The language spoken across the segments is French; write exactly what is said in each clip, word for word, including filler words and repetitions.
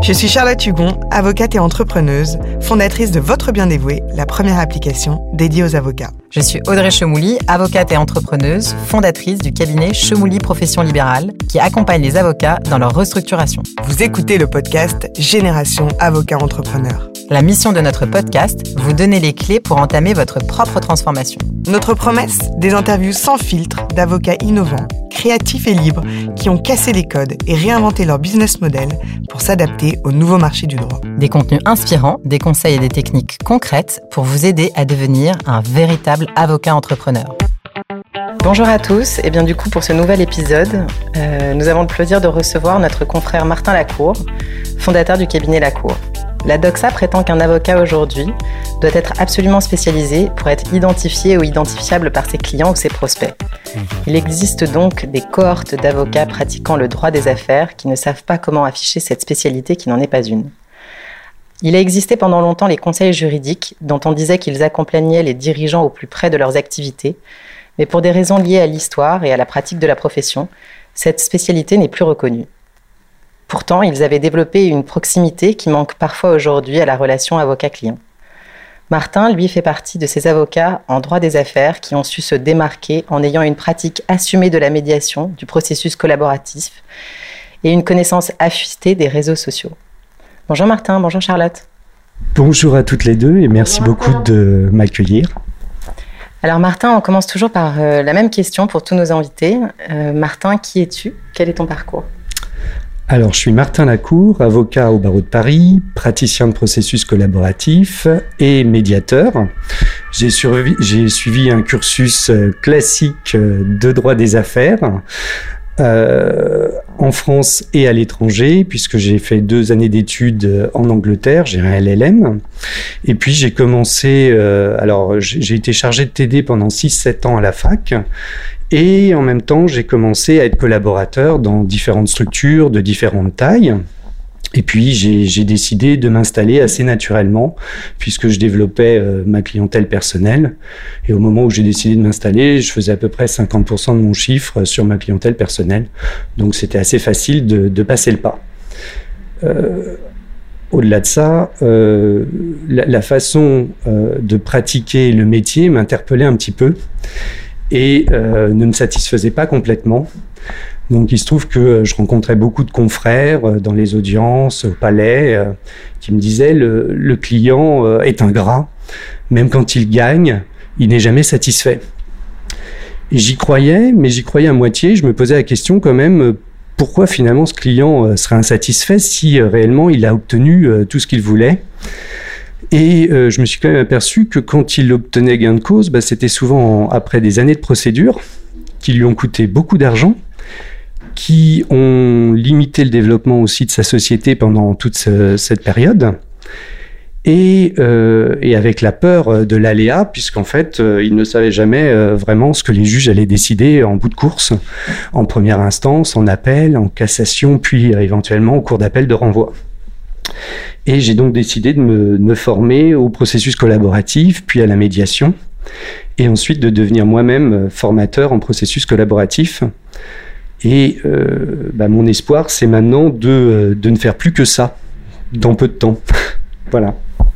Je suis Charlotte Hugon, avocate et entrepreneuse, fondatrice de Votre Bien Dévoué, la première application dédiée aux avocats. Je suis Audrey Chemouli, avocate et entrepreneuse, fondatrice du cabinet Chemouli Profession Libérale, qui accompagne les avocats dans leur restructuration. Vous écoutez le podcast Génération Avocat Entrepreneur. La mission de notre podcast, vous donner les clés pour entamer votre propre transformation. Notre promesse, des interviews sans filtre d'avocats innovants, créatifs et libres qui ont cassé les codes et réinventé leur business model pour s'adapter au nouveau marché du droit. Des contenus inspirants, des conseils et des techniques concrètes pour vous aider à devenir un véritable avocat entrepreneur. Bonjour à tous, et bien du coup pour ce nouvel épisode, euh, nous avons le plaisir de recevoir notre confrère Martin Lacour, fondateur du cabinet Lacour. La Doxa prétend qu'un avocat aujourd'hui doit être absolument spécialisé pour être identifié ou identifiable par ses clients ou ses prospects. Il existe donc des cohortes d'avocats pratiquant le droit des affaires qui ne savent pas comment afficher cette spécialité qui n'en est pas une. Il a existé pendant longtemps les conseils juridiques dont on disait qu'ils accompagnaient les dirigeants au plus près de leurs activités, mais pour des raisons liées à l'histoire et à la pratique de la profession, cette spécialité n'est plus reconnue. Pourtant, ils avaient développé une proximité qui manque parfois aujourd'hui à la relation avocat-client. Martin, lui, fait partie de ces avocats en droit des affaires qui ont su se démarquer en ayant une pratique assumée de la médiation, du processus collaboratif et une connaissance affûtée des réseaux sociaux. Bonjour Martin, bonjour Charlotte. Bonjour à toutes les deux et merci bonjour beaucoup de m'accueillir. Alors Martin, on commence toujours par euh, la même question pour tous nos invités. Euh, Martin, qui es-tu ? Quel est ton parcours ? Alors, je suis Martin Lacour, avocat au barreau de Paris, praticien de processus collaboratif et médiateur. J'ai, survi, j'ai suivi un cursus classique de droit des affaires euh, en France et à l'étranger, puisque j'ai fait deux années d'études en Angleterre, j'ai un L L M. Et puis, j'ai commencé... Euh, alors, j'ai été chargé de T D pendant six sept ans à la fac. Et en même temps, j'ai commencé à être collaborateur dans différentes structures de différentes tailles. Et puis, j'ai, j'ai décidé de m'installer assez naturellement, puisque je développais euh, ma clientèle personnelle. Et au moment où j'ai décidé de m'installer, je faisais à peu près cinquante pour cent de mon chiffre sur ma clientèle personnelle. Donc, c'était assez facile de, de passer le pas. Euh, Au-delà de ça, euh, la, la façon euh, de pratiquer le métier m'interpellait un petit peu et euh, ne me satisfaisait pas complètement. Donc il se trouve que je rencontrais beaucoup de confrères euh, dans les audiences, au palais, euh, qui me disaient le, le client euh, est ingrat, même quand il gagne, il n'est jamais satisfait. Et j'y croyais, mais j'y croyais à moitié. Je me posais la question quand même, euh, pourquoi finalement ce client euh, serait insatisfait si euh, réellement il a obtenu euh, tout ce qu'il voulait ? Et euh, je me suis quand même aperçu que quand il obtenait gain de cause, bah, c'était souvent en, après des années de procédure qui lui ont coûté beaucoup d'argent, qui ont limité le développement aussi de sa société pendant toute ce, cette période, et, euh, et avec la peur de l'aléa, puisqu'en fait, euh, il ne savait jamais euh, vraiment ce que les juges allaient décider en bout de course, en première instance, en appel, en cassation, puis euh, éventuellement au cours d'appel de renvoi. Et j'ai donc décidé de me, de me former au processus collaboratif, puis à la médiation, et ensuite de devenir moi-même formateur en processus collaboratif. Et euh, bah, mon espoir, c'est maintenant de, de ne faire plus que ça, dans peu de temps. Voilà.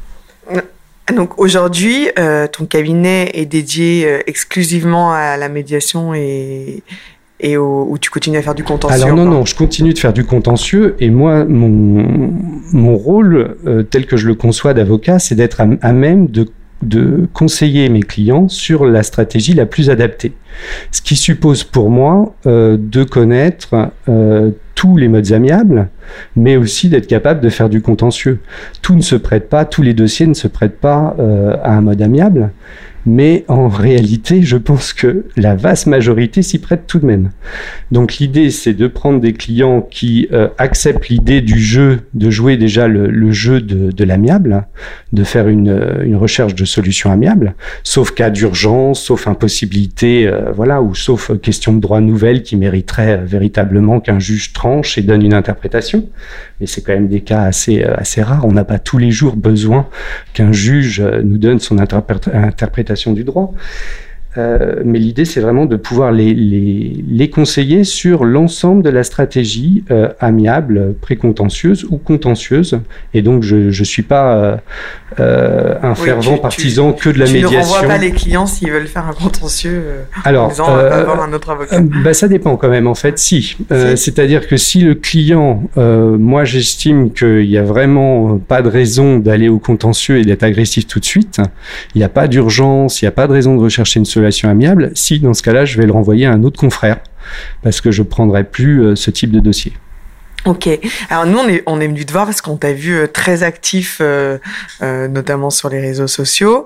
Donc aujourd'hui, euh, ton cabinet est dédié euh, exclusivement à la médiation et... et au, où tu continues à faire du contentieux? Alors non, non, je continue de faire du contentieux et moi, mon, mon rôle, euh, tel que je le conçois d'avocat, c'est d'être à, à même de, de conseiller mes clients sur la stratégie la plus adaptée. Ce qui suppose pour moi euh, de connaître euh, tous les modes amiables, mais aussi d'être capable de faire du contentieux. Tout ne se prête pas, tous les dossiers ne se prêtent pas euh, à un mode amiable. Mais en réalité, je pense que la vaste majorité s'y prête tout de même. Donc l'idée, c'est de prendre des clients qui euh, acceptent l'idée du jeu, de jouer déjà le, le jeu de, de l'amiable, de faire une, une recherche de solutions amiables, sauf cas d'urgence, sauf impossibilité, euh, voilà, ou sauf question de droit nouvelle qui mériterait euh, véritablement qu'un juge tranche et donne une interprétation. Mais c'est quand même des cas assez, euh, assez rares. On n'a pas tous les jours besoin qu'un juge euh, nous donne son interpré- interprétation du droit. Euh, mais l'idée, c'est vraiment de pouvoir les, les, les conseiller sur l'ensemble de la stratégie euh, amiable, précontentieuse ou contentieuse. Et donc, je ne suis pas euh, euh, un oui, fervent tu, partisan tu, que de la tu médiation. Tu ne renvoies pas les clients s'ils veulent faire un contentieux euh, Alors, en disant on va avoir un autre avocat. Euh, bah, ça dépend quand même, en fait, si. Euh, si. C'est-à-dire que si le client, euh, moi, j'estime qu'il n'y a vraiment pas de raison d'aller au contentieux et d'être agressif tout de suite, il n'y a pas d'urgence, il n'y a pas de raison de rechercher une solution amiable, si dans ce cas-là, je vais le renvoyer à un autre confrère parce que je ne prendrai plus euh, ce type de dossier. Ok. Alors nous, on est, on est venu te voir parce qu'on t'a vu euh, très actif, euh, euh, notamment sur les réseaux sociaux,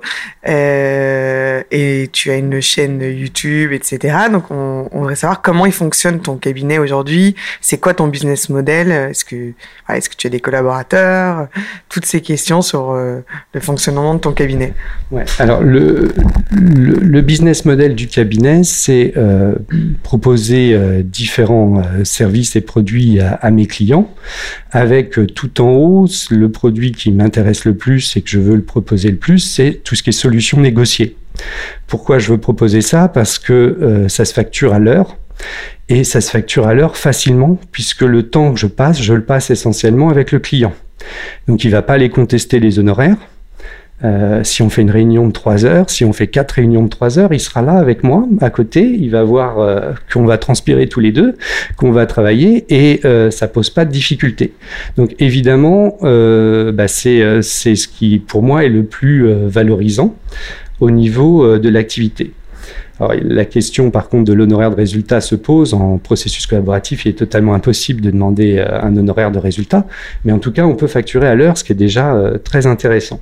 euh, et tu as une chaîne YouTube, et cetera. Donc, on, on voudrait savoir comment il fonctionne ton cabinet aujourd'hui. C'est quoi ton business model? Est-ce que, ouais, est-ce que tu as des collaborateurs? Toutes ces questions sur euh, le fonctionnement de ton cabinet. Ouais. Alors, le, le, le business model du cabinet, c'est euh, proposer euh, différents euh, services et produits à, à mes clients, avec euh, tout en haut, le produit qui m'intéresse le plus et que je veux le proposer le plus, c'est tout ce qui est solution négociée. Pourquoi je veux proposer ça? Parce que euh, ça se facture à l'heure, et ça se facture à l'heure facilement, puisque le temps que je passe, je le passe essentiellement avec le client. Donc il ne va pas aller contester les honoraires. Euh, si on fait une réunion de trois heures, si on fait quatre réunions de trois heures, il sera là avec moi, à côté, il va voir euh, qu'on va transpirer tous les deux, qu'on va travailler, et euh, ça pose pas de difficulté. Donc évidemment, euh, bah, c'est, euh, c'est ce qui, pour moi, est le plus euh, valorisant au niveau euh, de l'activité. Alors, la question, par contre, de l'honoraire de résultat se pose. En processus collaboratif, il est totalement impossible de demander euh, un honoraire de résultat, mais en tout cas, on peut facturer à l'heure, ce qui est déjà euh, très intéressant.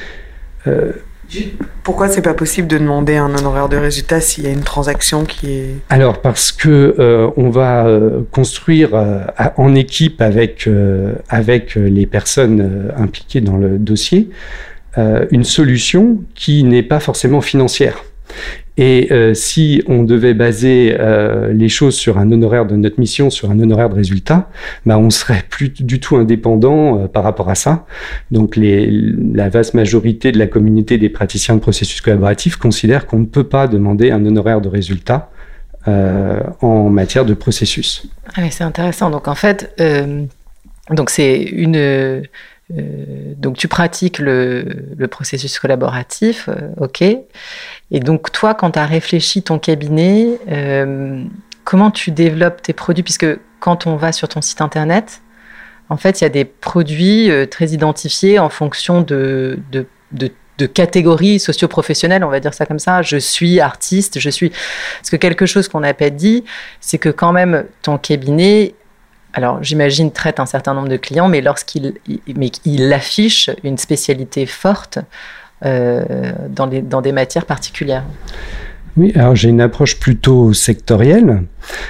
Euh, Pourquoi c'est pas possible de demander un honoraire de résultat s'il y a une transaction qui est... Alors parce que euh, on va euh, construire euh, en équipe avec euh, avec les personnes euh, impliquées dans le dossier euh, une solution qui n'est pas forcément financière. Et euh, si on devait baser euh, les choses sur un honoraire de notre mission, sur un honoraire de résultat, bah on serait plus du tout indépendant euh, par rapport à ça. Donc les, la vaste majorité de la communauté des praticiens de processus collaboratif considère qu'on ne peut pas demander un honoraire de résultat euh, en matière de processus. Ah mais c'est intéressant. Donc en fait, euh, donc c'est une... Euh, donc tu pratiques le, le processus collaboratif, euh, ok. Et donc toi, quand tu as réfléchi ton cabinet, euh, comment tu développes tes produits? Puisque quand on va sur ton site internet, en fait, il y a des produits euh, très identifiés en fonction de, de, de, de catégories socio-professionnelles, on va dire ça comme ça. Je suis artiste, je suis... Parce que quelque chose qu'on n'a pas dit, c'est que quand même ton cabinet... Alors, j'imagine, traite un certain nombre de clients, mais lorsqu'il mais il affiche une spécialité forte euh, dans, les, dans des matières particulières. Oui, alors j'ai une approche plutôt sectorielle.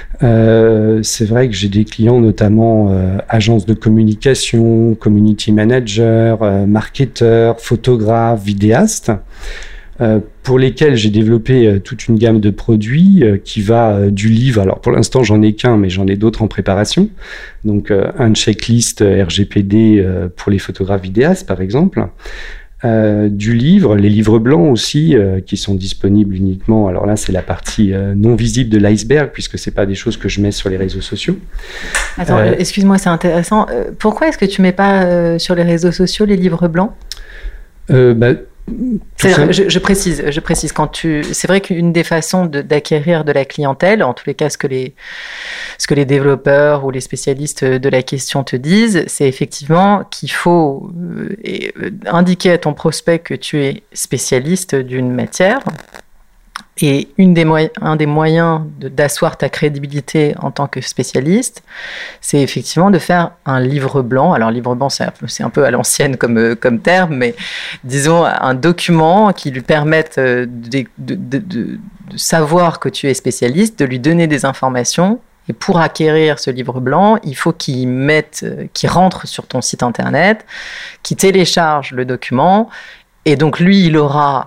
Euh, c'est vrai que j'ai des clients, notamment euh, agences de communication, community manager, euh, marketeurs, photographes, vidéastes. Euh, pour lesquels j'ai développé euh, toute une gamme de produits euh, qui va euh, du livre, alors pour l'instant j'en ai qu'un, mais j'en ai d'autres en préparation, donc euh, un checklist euh, R G P D euh, pour les photographes vidéastes par exemple, euh, du livre, les livres blancs aussi euh, qui sont disponibles uniquement, alors là c'est la partie euh, non visible de l'iceberg puisque c'est pas des choses que je mets sur les réseaux sociaux. Attends, euh, excuse-moi, c'est intéressant, euh, pourquoi est-ce que tu mets pas euh, sur les réseaux sociaux les livres blancs? euh, bah, C'est, je, je précise, je précise quand tu, c'est vrai qu'une des façons de, d'acquérir de la clientèle, en tous les cas, ce que les, ce que les développeurs ou les spécialistes de la question te disent, c'est effectivement qu'il faut euh, et, euh, indiquer à ton prospect que tu es spécialiste d'une matière. Et une des moyens, un des moyens de, d'asseoir ta crédibilité en tant que spécialiste, c'est effectivement de faire un livre blanc. Alors, livre blanc, c'est un peu, c'est un peu à l'ancienne comme, comme terme, mais disons un document qui lui permette de, de, de, de, de savoir que tu es spécialiste, de lui donner des informations. Et pour acquérir ce livre blanc, il faut qu'il mette, qu'il rentre sur ton site internet, qu'il télécharge le document. Et donc, lui, il aura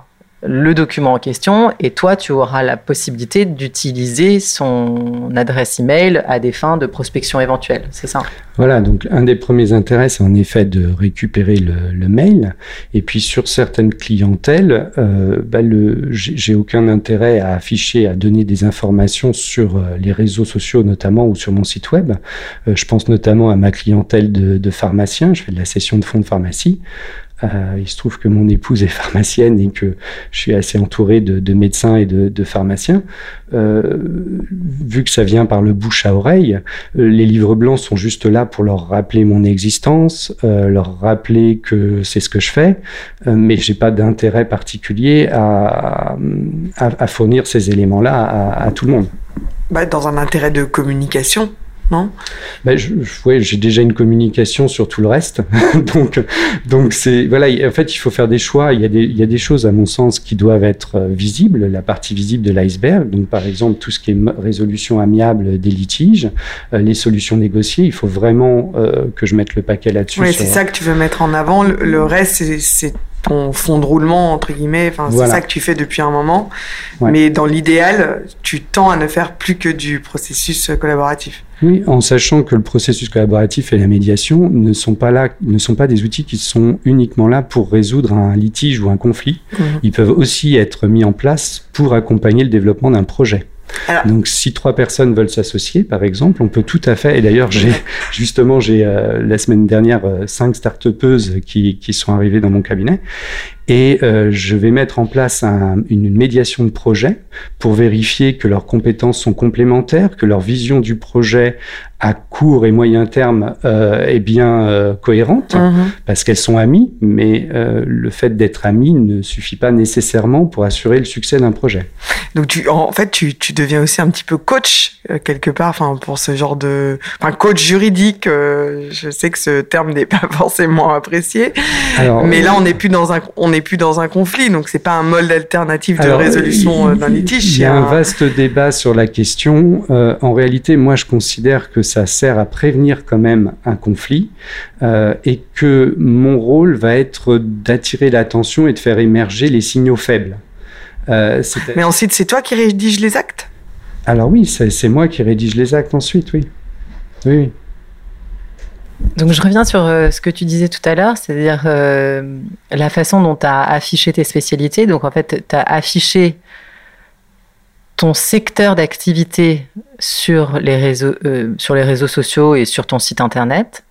le document en question et toi, tu auras la possibilité d'utiliser son adresse email à des fins de prospection éventuelle. C'est ça? Voilà, donc un des premiers intérêts, c'est en effet de récupérer le, le mail. Et puis sur certaines clientèles, euh, bah le, j'ai, j'ai aucun intérêt à afficher, à donner des informations sur les réseaux sociaux notamment ou sur mon site web. Euh, je pense notamment à ma clientèle de, de pharmaciens. Je fais de la cession de fonds de pharmacie. Euh, il se trouve que mon épouse est pharmacienne et que je suis assez entouré de, de médecins et de, de pharmaciens. Euh, vu que ça vient par le bouche à oreille, euh, les livres blancs sont juste là pour leur rappeler mon existence, euh, leur rappeler que c'est ce que je fais, euh, mais j'ai pas d'intérêt particulier à, à, à fournir ces éléments-là à, à tout le monde. Bah, dans un intérêt de communication. Non ben je, je, ouais, j'ai déjà une communication sur tout le reste, donc donc c'est voilà. En fait, il faut faire des choix. Il y a des il y a des choses à mon sens qui doivent être visibles, la partie visible de l'iceberg. Donc par exemple tout ce qui est résolution amiable des litiges, euh, les solutions négociées. Il faut vraiment euh, que je mette le paquet là-dessus. Oui, sur... c'est ça que tu veux mettre en avant. Le, le reste, c'est, c'est ton fond de roulement entre guillemets. Enfin, voilà. C'est ça que tu fais depuis un moment. Ouais. Mais dans l'idéal, tu tends à ne faire plus que du processus collaboratif. Oui, en sachant que le processus collaboratif et la médiation ne sont pas là, ne sont pas des outils qui sont uniquement là pour résoudre un litige ou un conflit. Mmh. Ils peuvent aussi être mis en place pour accompagner le développement d'un projet. Alors, donc, si trois personnes veulent s'associer, par exemple, on peut tout à fait. Et d'ailleurs, j'ai justement, j'ai euh, la semaine dernière euh, cinq start-upeuses qui qui sont arrivées dans mon cabinet, et euh, je vais mettre en place un, une médiation de projet pour vérifier que leurs compétences sont complémentaires, que leur vision du projet à court et moyen terme euh, est bien euh, cohérente, mmh. parce qu'elles sont amies, mais euh, le fait d'être amies ne suffit pas nécessairement pour assurer le succès d'un projet. Donc, tu, en fait, tu, tu deviens aussi un petit peu coach, euh, quelque part, enfin, pour ce genre de... Enfin, coach juridique, euh, je sais que ce terme n'est pas forcément apprécié, Alors, mais là, on n'est plus dans un... On n'est plus dans un conflit, donc c'est pas un mode alternatif de Alors, résolution il, d'un litige. Il y a un vaste débat sur la question. Euh, en réalité, moi, je considère que ça sert à prévenir quand même un conflit euh, et que mon rôle va être d'attirer l'attention et de faire émerger les signaux faibles. Euh, Mais ensuite, c'est toi qui rédiges les actes ? Alors oui, c'est, c'est moi qui rédige les actes ensuite, oui. Oui, oui. Donc, je reviens sur euh, ce que tu disais tout à l'heure, c'est-à-dire euh, la façon dont tu as affiché tes spécialités. Donc, en fait, tu as affiché ton secteur d'activité sur les réseaux, euh, sur les réseaux sociaux et sur ton site internet.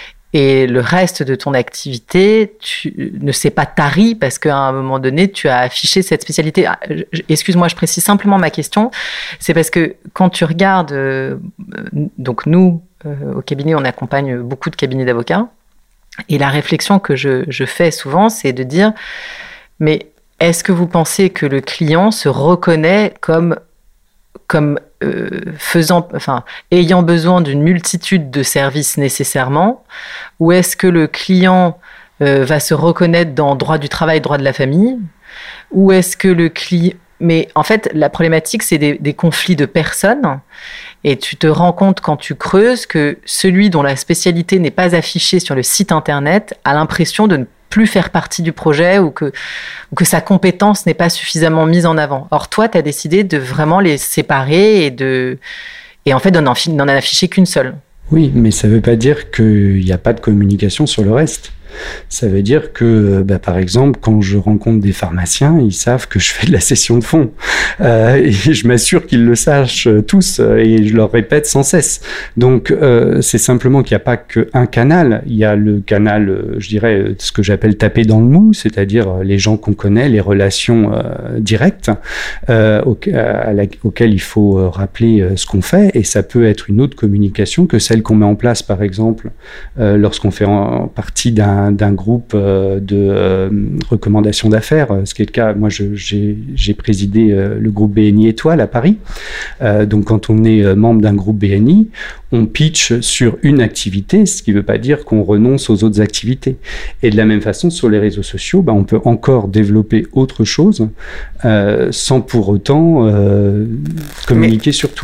Et le reste de ton activité, tu ne s'est pas tari parce qu'à un moment donné, tu as affiché cette spécialité. Excuse-moi, je précise simplement ma question. C'est parce que quand tu regardes, euh, donc nous, euh, au cabinet, on accompagne beaucoup de cabinets d'avocats. Et la réflexion que je, je fais souvent, c'est de dire, mais est-ce que vous pensez que le client se reconnaît comme, comme euh, faisant, enfin, ayant besoin d'une multitude de services nécessairement, ou est-ce que le client euh, va se reconnaître dans droit du travail, droit de la famille, ou est-ce que le client... Mais en fait, la problématique, c'est des, des conflits de personnes. Et tu te rends compte quand tu creuses que celui dont la spécialité n'est pas affichée sur le site internet a l'impression de ne plus faire partie du projet ou que, ou que sa compétence n'est pas suffisamment mise en avant. Or, toi, tu as décidé de vraiment les séparer et, de, et en fait, d'en, n'en afficher qu'une seule. Oui, mais ça ne veut pas dire qu'il n'y a pas de communication sur le reste. Ça veut dire que, bah, par exemple, quand je rencontre des pharmaciens, ils savent que je fais de la cession de fonds. Euh, et je m'assure qu'ils le sachent tous et je leur répète sans cesse. Donc, euh, c'est simplement qu'il n'y a pas qu'un canal. Il y a le canal, je dirais, ce que j'appelle taper dans le mou, c'est-à-dire les gens qu'on connaît, les relations euh, directes euh, au, à la, auxquelles il faut rappeler ce qu'on fait. Et ça peut être une autre communication que celle qu'on met en place, par exemple, euh, lorsqu'on fait en partie d'un d'un groupe euh, de euh, recommandations d'affaires, ce qui est le cas. Moi, je, j'ai, j'ai présidé euh, le groupe B N I Étoile à Paris. Euh, donc, quand on est euh, membre d'un groupe B N I, on pitch sur une activité, ce qui ne veut pas dire qu'on renonce aux autres activités. Et de la même façon, sur les réseaux sociaux, bah, on peut encore développer autre chose euh, sans pour autant euh, communiquer Mais... sur tout.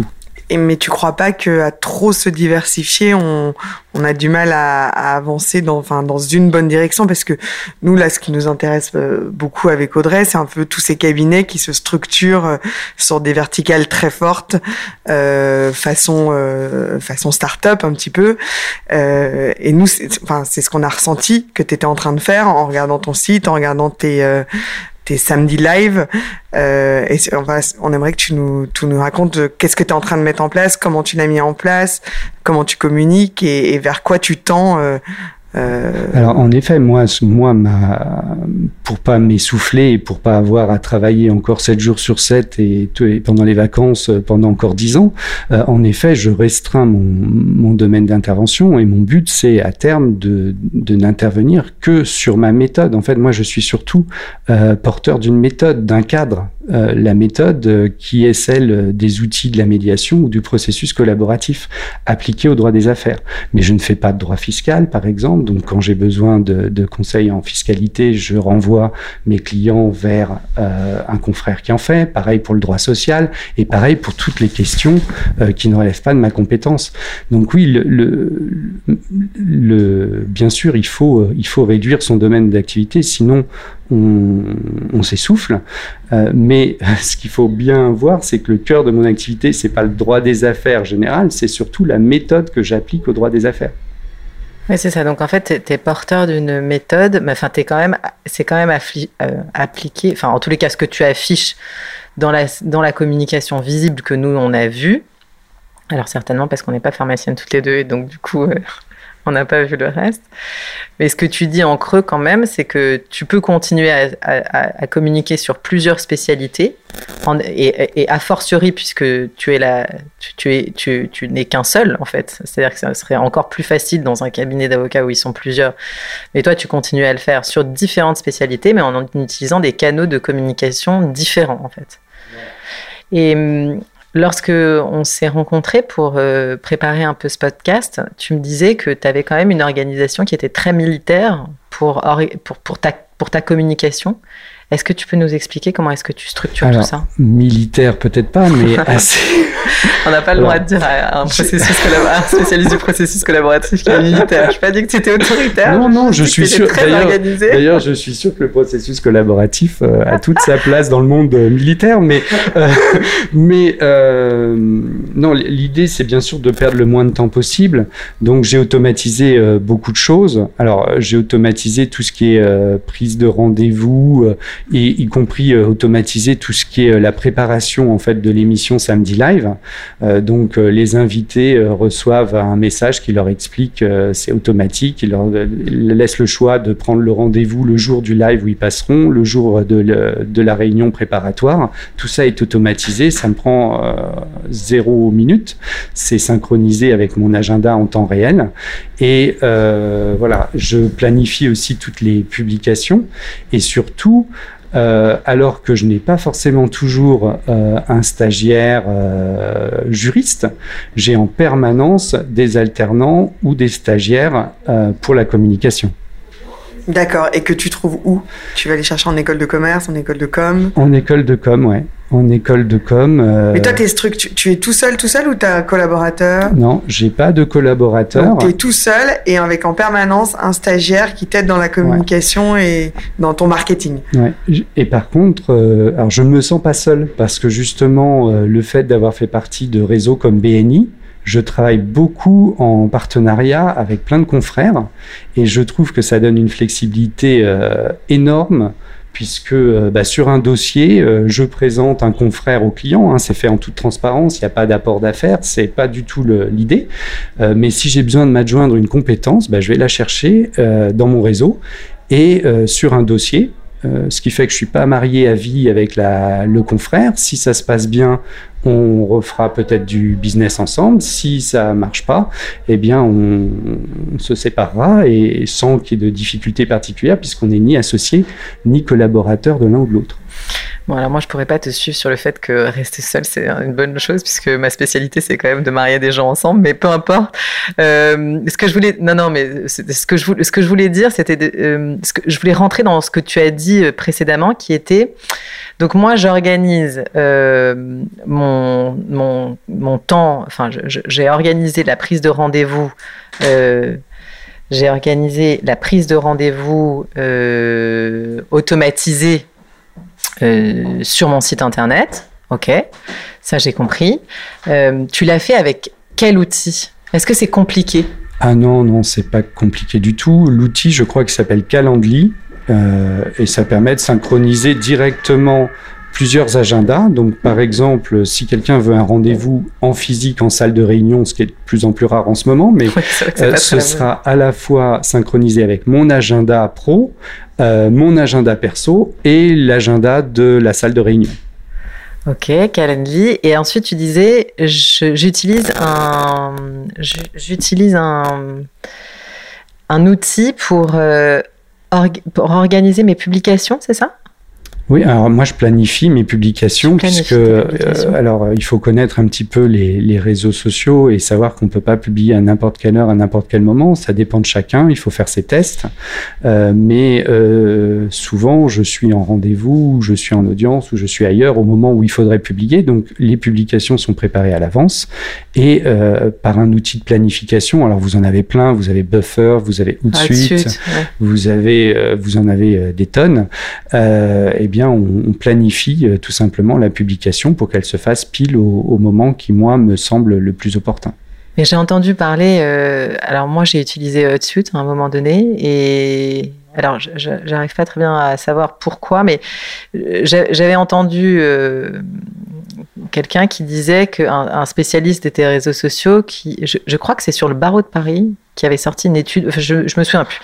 Et, mais tu crois pas qu'à trop se diversifier, on, on a du mal à, à avancer dans, enfin, dans une bonne direction? Parce que nous, là, ce qui nous intéresse beaucoup avec Audrey, c'est un peu tous ces cabinets qui se structurent sur des verticales très fortes, euh, façon, euh, façon start-up un petit peu. Euh, et nous, c'est, enfin, c'est ce qu'on a ressenti que tu étais en train de faire en regardant ton site, en regardant tes, euh, tes samedis live. Euh, et on, va, on aimerait que tu nous, tu nous racontes qu'est-ce que tu es en train de mettre en place, comment tu l'as mis en place, comment tu communiques et, et vers quoi tu tends. Euh, Euh... Alors en effet, moi, moi, ma, pour pas m'essouffler et pour pas avoir à travailler encore sept jours sur sept et, et pendant les vacances pendant encore dix ans, euh, en effet, je restreins mon, mon domaine d'intervention et mon but, c'est à terme de, de n'intervenir que sur ma méthode. En fait, moi, je suis surtout euh, porteur d'une méthode, d'un cadre. Euh, la méthode euh, qui est celle des outils de la médiation ou du processus collaboratif appliqué au droit des affaires. Mais je ne fais pas de droit fiscal, par exemple. Donc, quand j'ai besoin de, de conseils en fiscalité, je renvoie mes clients vers euh, un confrère qui en fait. Pareil pour le droit social et pareil pour toutes les questions euh, qui ne relèvent pas de ma compétence. Donc oui, le, le, le, bien sûr, il faut, il faut réduire son domaine d'activité, sinon on, on s'essouffle. Euh, mais ce qu'il faut bien voir, c'est que le cœur de mon activité, c'est pas le droit des affaires général, c'est surtout la méthode que j'applique au droit des affaires. Oui, c'est ça. Donc, en fait, tu es porteur d'une méthode, mais enfin, t'es quand même, c'est quand même affli, euh, appliqué, enfin, en tous les cas, ce que tu affiches dans la, dans la communication visible que nous, on a vue. Alors, certainement parce qu'on n'est pas pharmaciennes toutes les deux, et donc, du coup, euh, on n'a pas vu le reste. Mais ce que tu dis en creux, quand même, c'est que tu peux continuer à, à, à communiquer sur plusieurs spécialités, en, et, et a fortiori, puisque tu es là, tu, tu, es, tu, tu n'es qu'un seul, en fait. C'est-à-dire que ça serait encore plus facile dans un cabinet d'avocats où ils sont plusieurs. Mais toi, tu continues à le faire sur différentes spécialités, mais en, en utilisant des canaux de communication différents, en fait. Et lorsque on s'est rencontrés pour euh, préparer un peu ce podcast, tu me disais que tu avais quand même une organisation qui était très militaire pour, pour, pour, ta, pour ta communication. Est-ce que tu peux nous expliquer comment est-ce que tu structures Alors, tout ça? Militaire, peut-être pas, mais assez... On n'a pas le droit Alors, de dire à un, processus collab- un spécialiste du processus collaboratif qui est militaire. Je n'ai pas dit que tu étais autoritaire. Non, non, je suis sûr. Très d'ailleurs, organisé. d'ailleurs, je suis sûr que le processus collaboratif euh, a toute sa place dans le monde euh, militaire, mais, euh, mais euh, non, l'idée, c'est bien sûr de perdre le moins de temps possible. Donc, j'ai automatisé euh, beaucoup de choses. Alors, j'ai automatisé tout ce qui est euh, prise de rendez-vous, euh, et y compris euh, automatisé tout ce qui est euh, la préparation en fait de l'émission Samedi Live. Euh, donc euh, les invités euh, reçoivent un message qui leur explique, euh, c'est automatique, il leur euh, laisse le choix de prendre le rendez-vous le jour du live où ils passeront, le jour de, le, de la réunion préparatoire. Tout ça est automatisé, ça me prend euh, zéro minute, c'est synchronisé avec mon agenda en temps réel. Et euh, voilà, je planifie aussi toutes les publications et surtout, Euh, alors que je n'ai pas forcément toujours euh, un stagiaire euh, juriste, j'ai en permanence des alternants ou des stagiaires euh, pour la communication. D'accord. Et que tu trouves où? Tu vas aller chercher en école de commerce, en école de com? En école de com, ouais. En école de com. Euh... Mais toi, t'es structu- tu es tout seul, tout seul ou t'as un collaborateur? Non, j'ai pas de collaborateur. Donc t'es tout seul et avec en permanence un stagiaire qui t'aide dans la communication ouais. et dans ton marketing. Ouais. Et par contre, euh, alors je ne me sens pas seul parce que justement, euh, le fait d'avoir fait partie de réseaux comme B N I, je travaille beaucoup en partenariat avec plein de confrères et je trouve que ça donne une flexibilité euh, énorme. Puisque euh, bah, sur un dossier, euh, je présente un confrère au client, hein, c'est fait en toute transparence, il n'y a pas d'apport d'affaires, c'est pas du tout le, l'idée. Euh, mais si j'ai besoin de m'adjoindre une compétence, bah, je vais la chercher euh, dans mon réseau et euh, sur un dossier. Euh, ce qui fait que je suis pas marié à vie avec la, le confrère. Si ça se passe bien, on refera peut-être du business ensemble. Si ça marche pas, eh bien on, on se séparera et sans qu'il y ait de difficultés particulières puisqu'on n'est ni associé ni collaborateur de l'un ou de l'autre. Bon, alors moi, je pourrais pas te suivre sur le fait que rester seul, c'est une bonne chose, puisque ma spécialité, c'est quand même de marier des gens ensemble, mais peu importe. Euh, ce que je voulais, non, non, mais ce que je voulais, ce que je voulais dire, c'était, de, euh, ce que je voulais rentrer dans ce que tu as dit précédemment, qui était, donc moi, j'organise euh, mon, mon, mon temps, enfin, je, je, j'ai organisé la prise de rendez-vous, euh, j'ai organisé la prise de rendez-vous euh, automatisée Euh, sur mon site internet, ok, ça j'ai compris. Euh, tu l'as fait avec quel outil ? Est-ce que c'est compliqué ? Ah non, non, c'est pas compliqué du tout. L'outil, je crois qu'il s'appelle Calendly, euh, et ça permet de synchroniser directement plusieurs agendas. Donc, par exemple, si quelqu'un veut un rendez-vous en physique, en salle de réunion, ce qui est de plus en plus rare en ce moment, mais oui, euh, ce sera à la fois synchronisé avec mon agenda pro, euh, mon agenda perso et l'agenda de la salle de réunion. Ok, Calendly. Et ensuite, tu disais, je, j'utilise un, j'utilise un, un outil pour, euh, orga, pour organiser mes publications, c'est ça ? Oui, alors moi je planifie mes publications puisque publications. Euh, alors il faut connaître un petit peu les, les réseaux sociaux et savoir qu'on peut pas publier à n'importe quelle heure, à n'importe quel moment. Ça dépend de chacun. Il faut faire ses tests. Euh, mais euh, souvent je suis en rendez-vous, ou je suis en audience, ou je suis ailleurs au moment où il faudrait publier. Donc les publications sont préparées à l'avance et euh, par un outil de planification. Alors vous en avez plein. Vous avez Buffer, vous avez Hootsuite, ouais. vous avez euh, vous en avez euh, des tonnes. Euh, et bien On, on planifie euh, tout simplement la publication pour qu'elle se fasse pile au, au moment qui, moi, me semble le plus opportun. Mais j'ai entendu parler... Euh, alors, moi, j'ai utilisé Hootsuite à un moment donné et... Alors, je, je, j'arrive pas très bien à savoir pourquoi, mais j'avais entendu euh, quelqu'un qui disait qu'un un spécialiste des réseaux sociaux, qui, je, je crois que c'est sur le barreau de Paris, qui avait sorti une étude, enfin, je, je me souviens plus,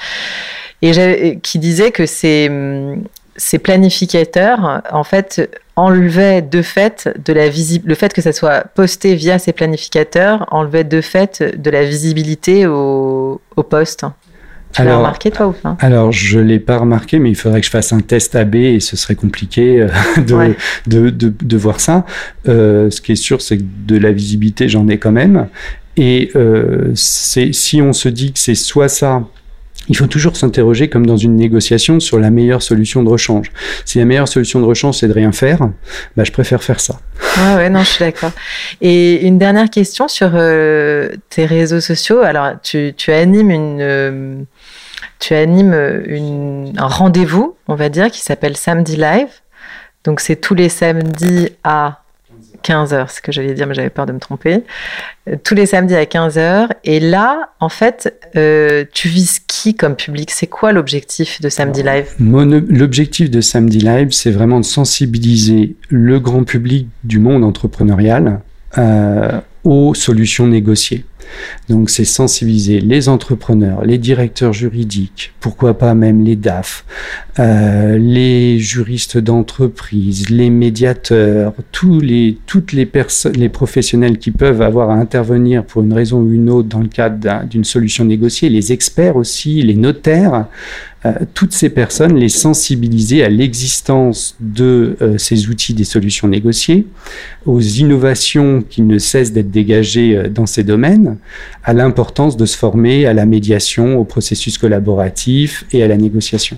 et qui disait que c'est... ces planificateurs, en fait, enlevaient de fait de la visi- le fait que ça soit posté via ces planificateurs enlevait de fait de la visibilité au, au poste. Tu alors, l'as remarqué, toi, ou pas ? Alors, je l'ai pas remarqué, mais il faudrait que je fasse un test A B et ce serait compliqué euh, de, ouais. de, de, de voir ça. Euh, ce qui est sûr, c'est que de la visibilité, j'en ai quand même. Et euh, c'est, si on se dit que c'est soit ça, il faut toujours s'interroger, comme dans une négociation, sur la meilleure solution de rechange. Si la meilleure solution de rechange, c'est de rien faire, bah, je préfère faire ça. Ouais, ouais, non, je suis d'accord. Et une dernière question sur euh, tes réseaux sociaux. Alors, tu, tu animes une, euh, tu animes une, un rendez-vous, on va dire, qui s'appelle Samedi Live. Donc, c'est tous les samedis à quinze heures, c'est ce que j'allais dire, mais j'avais peur de me tromper. Euh, tous les samedis à quinze heures. Et là, en fait, euh, tu vises qui comme public ? C'est quoi l'objectif de Samedi Live ? Mon, L'objectif de Samedi Live, c'est vraiment de sensibiliser le grand public du monde entrepreneurial euh, aux solutions négociées. Donc, c'est sensibiliser les entrepreneurs, les directeurs juridiques, pourquoi pas même les D A F, euh, les juristes d'entreprise, les médiateurs, tous les, toutes les personnes, les professionnels qui peuvent avoir à intervenir pour une raison ou une autre dans le cadre d'une solution négociée, les experts aussi, les notaires, euh, toutes ces personnes, les sensibiliser à l'existence de euh, ces outils des solutions négociées, aux innovations qui ne cessent d'être dégagées euh, dans ces domaines, à l'importance de se former à la médiation, au processus collaboratif et à la négociation.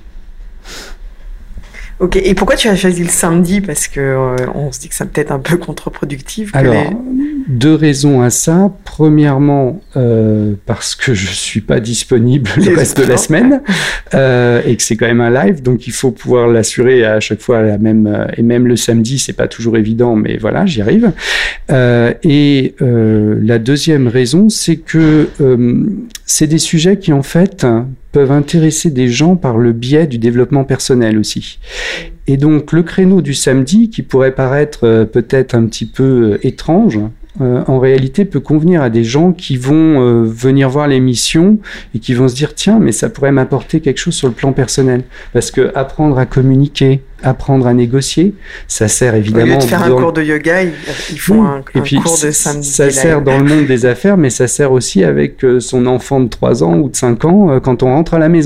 Ok, et pourquoi tu as choisi le samedi ? Parce que euh, on se dit que c'est peut-être un peu contre-productif. Alors, les... deux raisons à ça. Premièrement, euh, parce que je suis pas disponible le reste de la semaine euh, et que c'est quand même un live, donc il faut pouvoir l'assurer à chaque fois la même. Et même le samedi, c'est pas toujours évident, mais voilà, j'y arrive. Euh, et euh, la deuxième raison, c'est que euh, c'est des sujets qui en fait peuvent intéresser des gens par le biais du développement personnel aussi. Et donc, le créneau du samedi, qui pourrait paraître euh, peut-être un petit peu euh, étrange, euh, en réalité peut convenir à des gens qui vont euh, venir voir l'émission et qui vont se dire « Tiens, mais ça pourrait m'apporter quelque chose sur le plan personnel. » Parce que apprendre à communiquer, apprendre à négocier, ça sert évidemment... Au lieu de faire dans... un cours de yoga, ils font oui. un, et un puis, cours de samedi. Ça live. sert dans le monde des affaires, mais ça sert aussi avec euh, son enfant de trois ans ou de cinq ans euh, quand on rentre à la maison.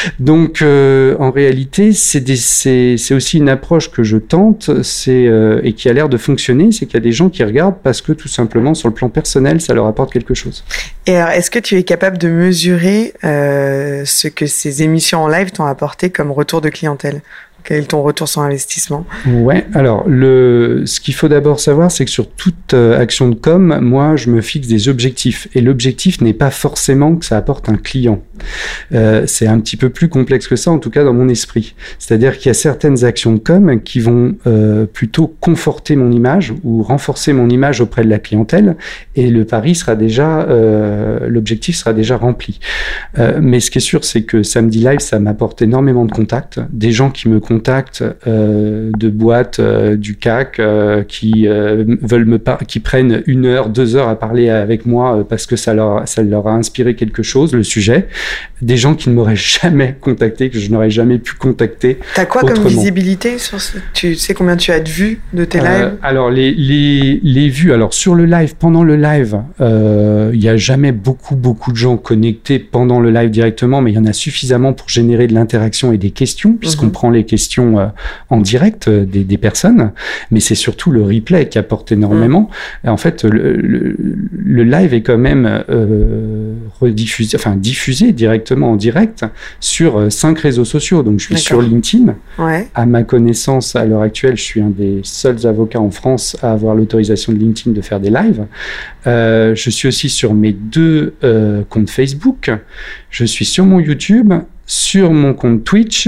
Donc, euh, en réalité, c'est, des, c'est, c'est aussi une approche que je tente c'est, euh, et qui a l'air de fonctionner. C'est qu'il y a des gens qui regardent parce que, tout simplement, sur le plan personnel, ça leur apporte quelque chose. Et alors, est-ce que tu es capable de mesurer euh, ce que ces émissions en live t'ont apporté comme retour de clientèle ? Quel est ton retour sur investissement ? Ouais, alors le, ce qu'il faut d'abord savoir, c'est que sur toute euh, action de com, moi, je me fixe des objectifs. Et l'objectif n'est pas forcément que ça apporte un client. Euh, c'est un petit peu plus complexe que ça, en tout cas dans mon esprit. C'est-à-dire qu'il y a certaines actions de com qui vont euh, plutôt conforter mon image ou renforcer mon image auprès de la clientèle, et le pari sera déjà, euh, l'objectif sera déjà rempli. Euh, mais ce qui est sûr, c'est que Samedi Live, ça m'apporte énormément de contacts, des gens qui me contacts euh, de boîtes euh, du C A C euh, qui euh, veulent me par- qui prennent une heure, deux heures à parler avec moi euh, parce que ça leur ça leur a inspiré quelque chose, le sujet. Des gens qui ne m'auraient jamais contacté, que je n'aurais jamais pu contacter. T'as quoi autrement. Comme visibilité sur ce... Tu sais combien tu as de vues de tes euh, lives ? Alors les les les vues. Alors sur le live, pendant le live, il euh, y a jamais beaucoup beaucoup de gens connectés pendant le live directement, mais il y en a suffisamment pour générer de l'interaction et des questions, puisqu'on mm-hmm. prend les questions Euh, en direct euh, des, des personnes, mais c'est surtout le replay qui apporte énormément. Mmh. En fait, le, le, le live est quand même euh, rediffusé, enfin diffusé directement en direct sur euh, cinq réseaux sociaux. Donc, je suis D'accord. sur LinkedIn. Ouais. À ma connaissance, à l'heure actuelle, je suis un des seuls avocats en France à avoir l'autorisation de LinkedIn de faire des lives. Euh, je suis aussi sur mes deux euh, comptes Facebook. Je suis sur mon YouTube, sur mon compte Twitch.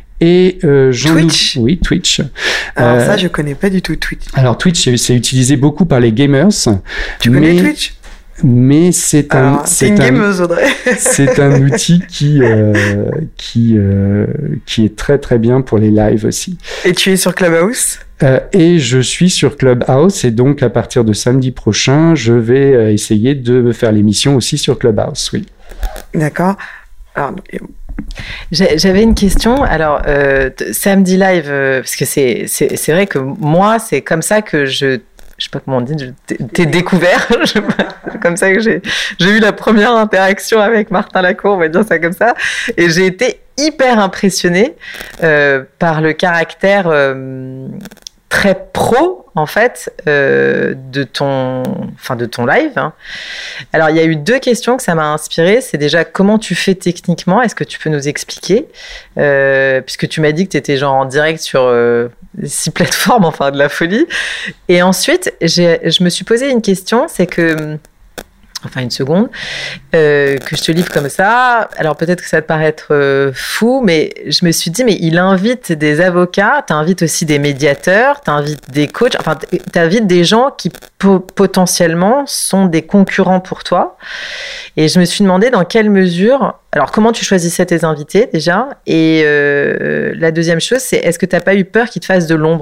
Et euh, j'en Twitch. Ou... Oui, Twitch. Alors euh... ça, je connais pas du tout Twitch. Alors Twitch, c'est, c'est utilisé beaucoup par les gamers. Tu mais... connais Twitch ? Mais c'est un, Alors, c'est, c'est une un gameuse, Audrey. c'est un outil qui euh, qui euh, qui est très très bien pour les lives aussi. Et tu es sur Clubhouse ? Euh, et je suis sur Clubhouse, et donc à partir de samedi prochain, je vais euh, essayer de faire l'émission aussi sur Clubhouse. Oui. D'accord. Alors. J'avais une question. Alors, euh, Samedi Live, euh, parce que c'est, c'est, c'est vrai que moi, c'est comme ça que je, je sais pas comment on dit, je t'ai découvert. C'est comme ça que j'ai, j'ai eu la première interaction avec Martin Lacour, on va dire ça comme ça. Et j'ai été hyper impressionnée euh, par le caractère euh, très pro, en fait, euh, de ton, enfin de ton live. Hein. Alors, il y a eu deux questions que ça m'a inspiré. C'est déjà comment tu fais techniquement. Est-ce que tu peux nous expliquer euh, puisque tu m'as dit que tu étais genre en direct sur euh, six plateformes, enfin de la folie. Et ensuite, j'ai, je me suis posé une question, c'est que enfin une seconde, euh, que je te livre comme ça. Alors peut-être que ça va te paraître euh, fou, mais je me suis dit, mais il invite des avocats, t'invites aussi des médiateurs, t'invites des coachs, enfin t'invites des gens qui po- potentiellement sont des concurrents pour toi. Et je me suis demandé dans quelle mesure, alors comment tu choisissais tes invités déjà, et euh, la deuxième chose, c'est est-ce que t'as pas eu peur qu'ils te fassent de l'ombre ?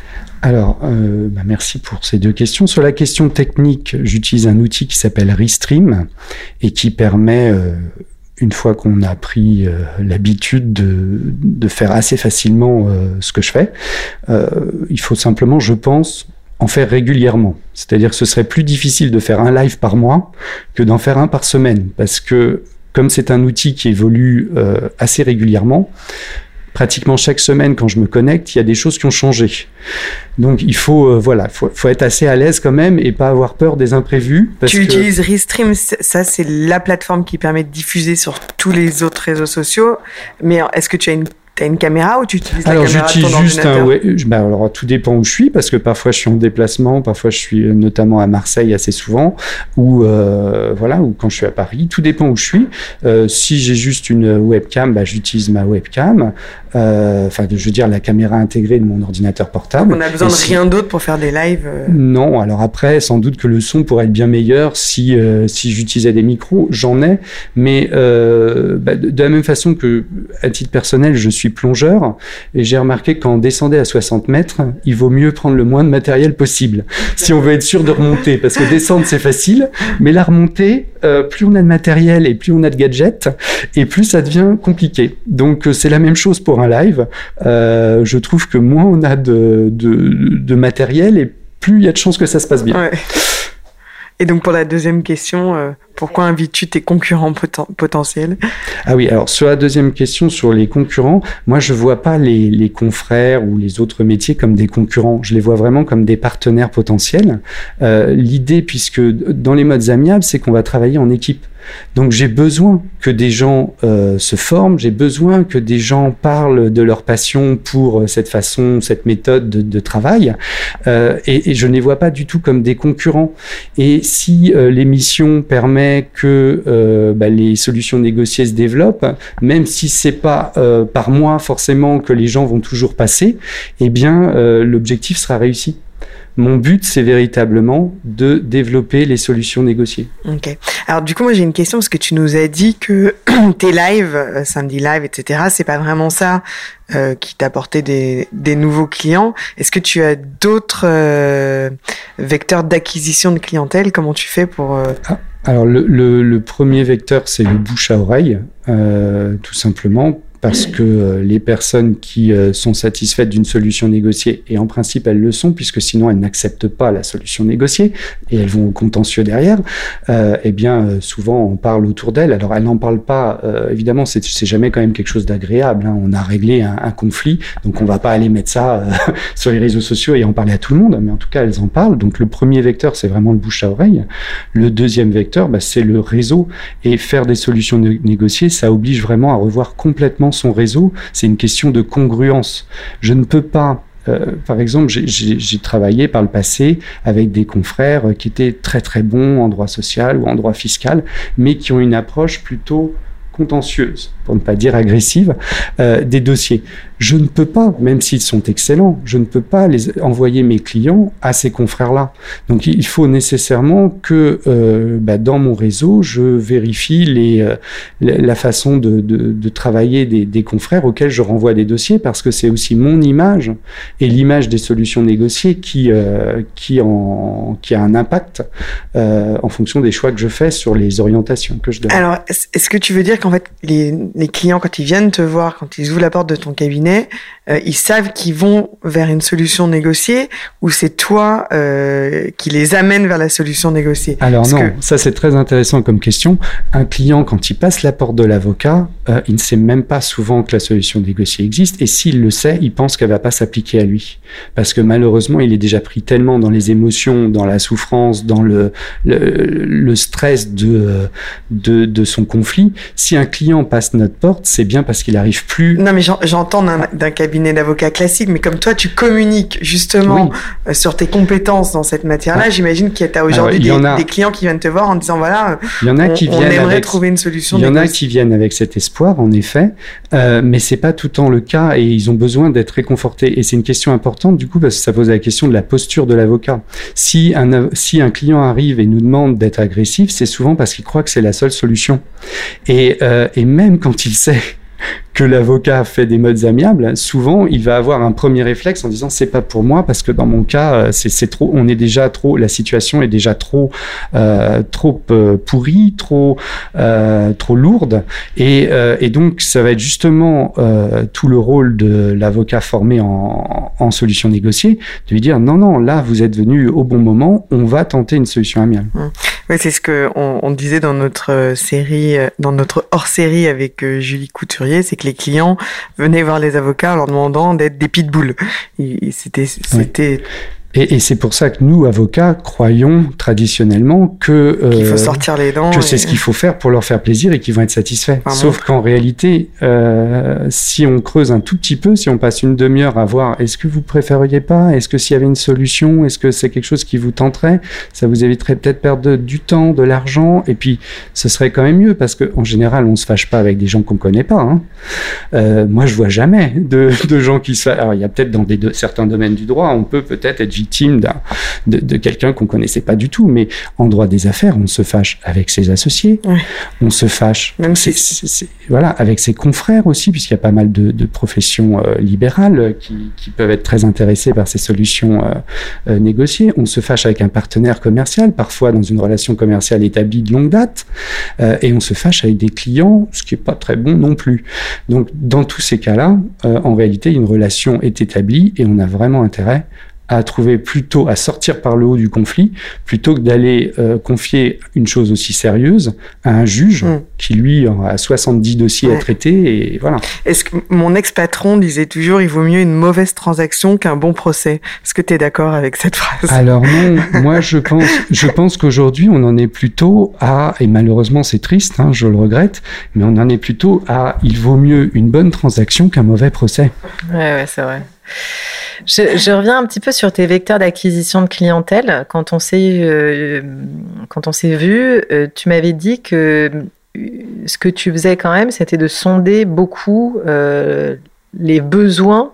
Alors, euh, bah merci pour ces deux questions. Sur la question technique, j'utilise un outil qui s'appelle Restream et qui permet, euh, une fois qu'on a pris euh, l'habitude de, de faire assez facilement euh, ce que je fais, euh, il faut simplement, je pense, en faire régulièrement. C'est-à-dire que ce serait plus difficile de faire un live par mois que d'en faire un par semaine, parce que comme c'est un outil qui évolue euh, assez régulièrement, pratiquement chaque semaine, quand je me connecte, il y a des choses qui ont changé. Donc, il faut, euh, voilà, faut, faut être assez à l'aise quand même et pas avoir peur des imprévus. Parce tu que... utilises Restream, ça, c'est la plateforme qui permet de diffuser sur tous les autres réseaux sociaux. Mais est-ce que tu as une T'as une caméra ou tu utilises alors, la caméra de ton j'utilise juste ordinateur ? un, ouais, bah, alors, tout dépend où je suis, parce que parfois je suis en déplacement, parfois je suis notamment à Marseille assez souvent, ou euh, voilà, ou quand je suis à Paris, tout dépend où je suis. Euh, si j'ai juste une webcam, bah, j'utilise ma webcam, enfin, euh, je veux dire la caméra intégrée de mon ordinateur portable. On a besoin Et de si... rien d'autre pour faire des lives euh... Non, alors après, sans doute que le son pourrait être bien meilleur si euh, si j'utilisais des micros, j'en ai, mais euh, bah, de, de la même façon que à titre personnel, je suis plongeur, et j'ai remarqué que quand on descendait à soixante mètres, il vaut mieux prendre le moins de matériel possible, si on veut être sûr de remonter, parce que descendre c'est facile, mais la remontée, euh, plus on a de matériel et plus on a de gadgets, et plus ça devient compliqué. Donc euh, c'est la même chose pour un live. Euh, je trouve que moins on a de, de, de matériel, et plus il y a de chances que ça se passe bien. Ouais. Et donc pour la deuxième question, euh, Pourquoi invites-tu tes concurrents poten- potentiels ? Ah oui, alors sur la deuxième question, sur les concurrents, moi je vois pas les, les confrères ou les autres métiers comme des concurrents. Je les vois vraiment comme des partenaires potentiels. Euh, l'idée, puisque dans les modes amiables, c'est qu'on va travailler en équipe. Donc j'ai besoin que des gens euh, se forment, j'ai besoin que des gens parlent de leur passion pour cette façon, cette méthode de, de travail, euh, et, et je ne les vois pas du tout comme des concurrents. Et si euh, l'émission permet que euh, bah, les solutions négociées se développent, même si c'est pas euh, par moi forcément que les gens vont toujours passer, eh bien euh, l'objectif sera réussi. Mon but, c'est véritablement de développer les solutions négociées. Ok. Alors du coup, moi j'ai une question parce que tu nous as dit que tes lives, euh, samedi live, et cetera, c'est pas vraiment ça euh, qui t'apportait des, des nouveaux clients. Est-ce que tu as d'autres euh, vecteurs d'acquisition de clientèle ? Comment tu fais pour euh... ah, alors le, le, le premier vecteur, c'est le bouche à oreille, euh, tout simplement. Parce que euh, les personnes qui euh, sont satisfaites d'une solution négociée, et en principe elles le sont, puisque sinon elles n'acceptent pas la solution négociée, et elles vont au contentieux derrière, euh, eh bien euh, souvent on parle autour d'elles. Alors elles n'en parlent pas, euh, évidemment c'est, c'est jamais quand même quelque chose d'agréable, hein. On a réglé un, un conflit, donc on va pas aller mettre ça euh, sur les réseaux sociaux et en parler à tout le monde, mais en tout cas elles en parlent. Donc le premier vecteur, c'est vraiment le bouche à oreille. Le deuxième vecteur, bah, c'est le réseau, et faire des solutions né- négociées, ça oblige vraiment à revoir complètement son réseau. C'est une question de congruence. Je ne peux pas, euh, par exemple, j'ai, j'ai, j'ai travaillé par le passé avec des confrères qui étaient très très bons en droit social ou en droit fiscal, mais qui ont une approche plutôt contentieuse, pour ne pas dire agressive, euh, des dossiers. Je ne peux pas, même s'ils sont excellents, je ne peux pas les envoyer mes clients à ces confrères-là. Donc il faut nécessairement que euh, bah, dans mon réseau, je vérifie les, euh, la façon de, de, de travailler des, des confrères auxquels je renvoie des dossiers, parce que c'est aussi mon image et l'image des solutions négociées qui, euh, qui, en, qui a un impact euh, en fonction des choix que je fais sur les orientations que je donne. Alors, est-ce que tu veux dire qu'en fait, les, les clients, quand ils viennent te voir, quand ils ouvrent la porte de ton cabinet, Euh, ils savent qu'ils vont vers une solution négociée, ou c'est toi euh, qui les amène vers la solution négociée ? Alors Parce non, que... ça c'est très intéressant comme question. Un client, quand il passe la porte de l'avocat, euh, il ne sait même pas souvent que la solution négociée existe, et s'il le sait, il pense qu'elle va pas s'appliquer à lui. Parce que malheureusement, il est déjà pris tellement dans les émotions, dans la souffrance, dans le, le, le stress de, de, de son conflit. Si un client passe notre porte, c'est bien parce qu'il n'arrive plus... Non mais j'entends d'un, d'un cabinet d'avocats classique, mais comme toi tu communiques justement oui. sur tes compétences dans cette matière-là, ah. j'imagine qu'il y a aujourd'hui des, a... des clients qui viennent te voir en disant voilà, il y en a on, qui on viennent aimerait avec... trouver une solution. Il y en négociée. a qui viennent avec cet espoir, en effet, euh, mais c'est pas tout le temps le cas, et ils ont besoin d'être réconfortés. Et c'est une question importante du coup, parce que ça pose la question de la posture de l'avocat. Si un, si un client arrive et nous demande d'être agressif, c'est souvent parce qu'il croit que c'est la seule solution. Et, euh, et même quand il sait que l'avocat fait des modes amiables, souvent il va avoir un premier réflexe en disant c'est pas pour moi, parce que dans mon cas c'est, c'est trop, on est déjà trop, la situation est déjà trop euh, trop euh, pourrie, trop euh, trop lourde, et euh, et donc ça va être justement euh, tout le rôle de l'avocat formé en, en solution négociée de lui dire non non là vous êtes venu au bon moment, on va tenter une solution amiable. Mmh. Oui, c'est ce que on, on disait dans notre série, dans notre hors-série avec Julie Couturier, c'est que les clients venaient voir les avocats en leur demandant d'être des pitbulls. Et c'était, c'était... Oui. Et, et c'est pour ça que nous, avocats, croyons traditionnellement que euh, qu'il faut sortir les dents, que et... c'est ce qu'il faut faire pour leur faire plaisir et qu'ils vont être satisfaits. Pardon. Sauf qu'en réalité, euh, si on creuse un tout petit peu, si on passe une demi-heure à voir, est-ce que vous préfériez pas, est-ce que s'il y avait une solution, est-ce que c'est quelque chose qui vous tenterait, ça vous éviterait peut-être perdre du temps, de l'argent, et puis ce serait quand même mieux, parce que en général, on se fâche pas avec des gens qu'on connaît pas. Hein. Euh, moi, je vois jamais de, de gens qui se. Alors, il y a peut-être dans des de, certains domaines du droit, on peut peut-être être victime d'un, de, de quelqu'un qu'on connaissait pas du tout, mais en droit des affaires, on se fâche avec ses associés, ouais. on se fâche même c'est, c'est, c'est, voilà, avec ses confrères aussi, puisqu'il y a pas mal de, de professions euh, libérales qui, qui peuvent être très intéressées par ces solutions euh, euh, négociées. On se fâche avec un partenaire commercial, parfois dans une relation commerciale établie de longue date, euh, et on se fâche avec des clients, ce qui est pas très bon non plus. Donc, dans tous ces cas-là, euh, en réalité, une relation est établie et on a vraiment intérêt à trouver plutôt, à sortir par le haut du conflit, plutôt que d'aller euh, confier une chose aussi sérieuse à un juge mmh. qui, lui, a soixante-dix dossiers ouais. à traiter, et voilà. Est-ce que mon ex-patron disait toujours, il vaut mieux une mauvaise transaction qu'un bon procès. Est-ce que tu es d'accord avec cette phrase? Alors non, moi je pense, je pense qu'aujourd'hui, on en est plutôt à, et malheureusement c'est triste, hein, je le regrette, mais on en est plutôt à, il vaut mieux une bonne transaction qu'un mauvais procès. Ouais, ouais, c'est vrai. Je, je reviens un petit peu sur tes vecteurs d'acquisition de clientèle. Quand on s'est, euh, quand on s'est vu, euh, tu m'avais dit que ce que tu faisais quand même, c'était de sonder beaucoup euh, les besoins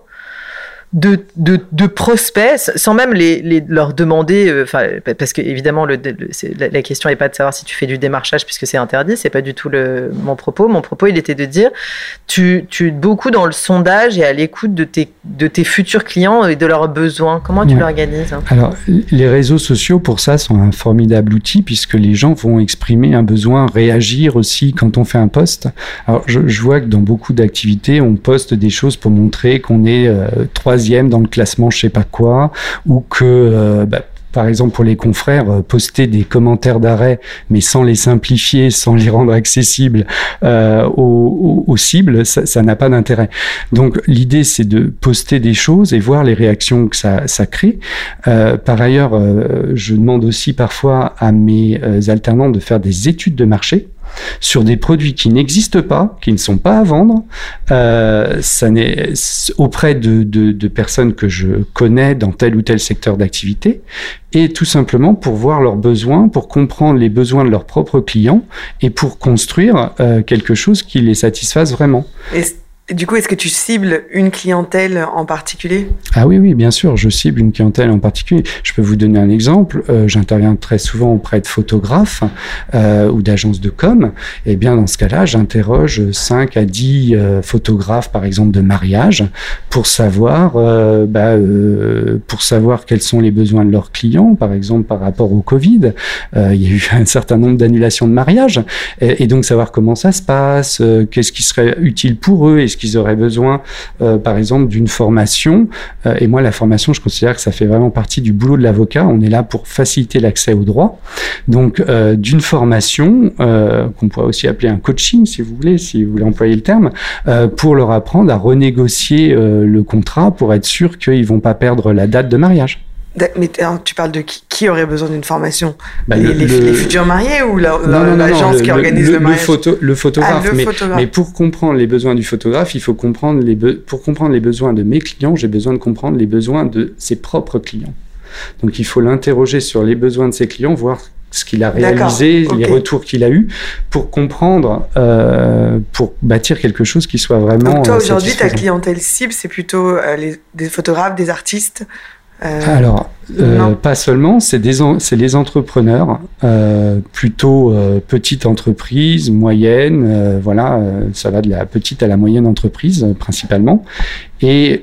de, de, de prospects, sans même les, les, leur demander, euh, parce que évidemment le, le, c'est, la, la question n'est pas de savoir si tu fais du démarchage puisque c'est interdit, c'est pas du tout le, mon propos. Mon propos, il était de dire, tu, tu es beaucoup dans le sondage et à l'écoute de tes, de tes futurs clients et de leurs besoins. Comment tu ouais. l'organises? Alors, les réseaux sociaux, pour ça, sont un formidable outil puisque les gens vont exprimer un besoin, réagir aussi quand on fait un post. Alors, je, je vois que dans beaucoup d'activités, on poste des choses pour montrer qu'on est euh, troisième dans le classement je sais pas quoi, ou que euh, bah, par exemple pour les confrères, euh, poster des commentaires d'arrêt mais sans les simplifier, sans les rendre accessibles euh, aux, aux, aux cibles, ça, ça n'a pas d'intérêt. Donc l'idée c'est de poster des choses et voir les réactions que ça, ça crée. Euh, par ailleurs, euh, je demande aussi parfois à mes euh, alternants de faire des études de marché sur des produits qui n'existent pas, qui ne sont pas à vendre, euh, ça n'est, auprès de, de, de personnes que je connais dans tel ou tel secteur d'activité, et tout simplement pour voir leurs besoins, pour comprendre les besoins de leurs propres clients et pour construire euh, quelque chose qui les satisfasse vraiment. Et du coup, est-ce que tu cibles une clientèle en particulier? Ah oui, oui, bien sûr, je cible une clientèle en particulier. Je peux vous donner un exemple. Euh, j'interviens très souvent auprès de photographes euh, ou d'agences de com. Et bien, dans ce cas-là, j'interroge cinq à dix euh, photographes, par exemple, de mariage, pour savoir, euh, bah, euh, pour savoir quels sont les besoins de leurs clients, par exemple, par rapport au Covid. Euh, il y a eu un certain nombre d'annulations de mariage. Et, et donc, savoir comment ça se passe, euh, qu'est-ce qui serait utile pour eux, est-ce qu'ils auraient besoin, euh, par exemple, d'une formation. Euh, et moi, la formation, je considère que ça fait vraiment partie du boulot de l'avocat. On est là pour faciliter l'accès au droit. Donc, euh, d'une formation, euh, qu'on pourrait aussi appeler un coaching, si vous voulez, si vous voulez employer le terme, euh, pour leur apprendre à renégocier euh, le contrat pour être sûr qu'ils ne vont pas perdre la date de mariage. Mais tu parles de qui, qui aurait besoin d'une formation? bah, les, le, les, le... les futurs mariés ou la, non, non, l'agence non, qui le, organise le, le mariage? Le, photo, le photographe. Ah, le mais, photographe. mais pour comprendre les besoins du photographe, il faut comprendre les be... pour comprendre les besoins de mes clients, j'ai besoin de comprendre les besoins de ses propres clients. Donc il faut l'interroger sur les besoins de ses clients, voir ce qu'il a réalisé, okay. les retours qu'il a eus, pour comprendre, euh, pour bâtir quelque chose qui soit vraiment. Donc toi aujourd'hui, ta clientèle cible, c'est plutôt euh, les, des photographes, des artistes. Euh, Alors, euh, pas seulement, c'est, des en, c'est les entrepreneurs, euh, plutôt euh, petites entreprises, moyennes, euh, voilà, euh, ça va de la petite à la moyenne entreprise euh, principalement. Et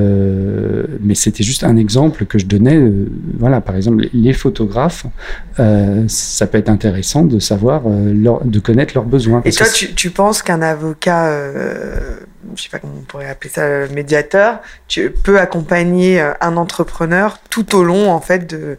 euh, mais c'était juste un exemple que je donnais. Euh, voilà, par exemple, les photographes, euh, ça peut être intéressant de savoir, euh, leur, de connaître leurs besoins. Et toi, tu, tu penses qu'un avocat, euh, je sais pas comment on pourrait appeler ça, euh, médiateur, tu peux accompagner un entrepreneur tout au long en fait de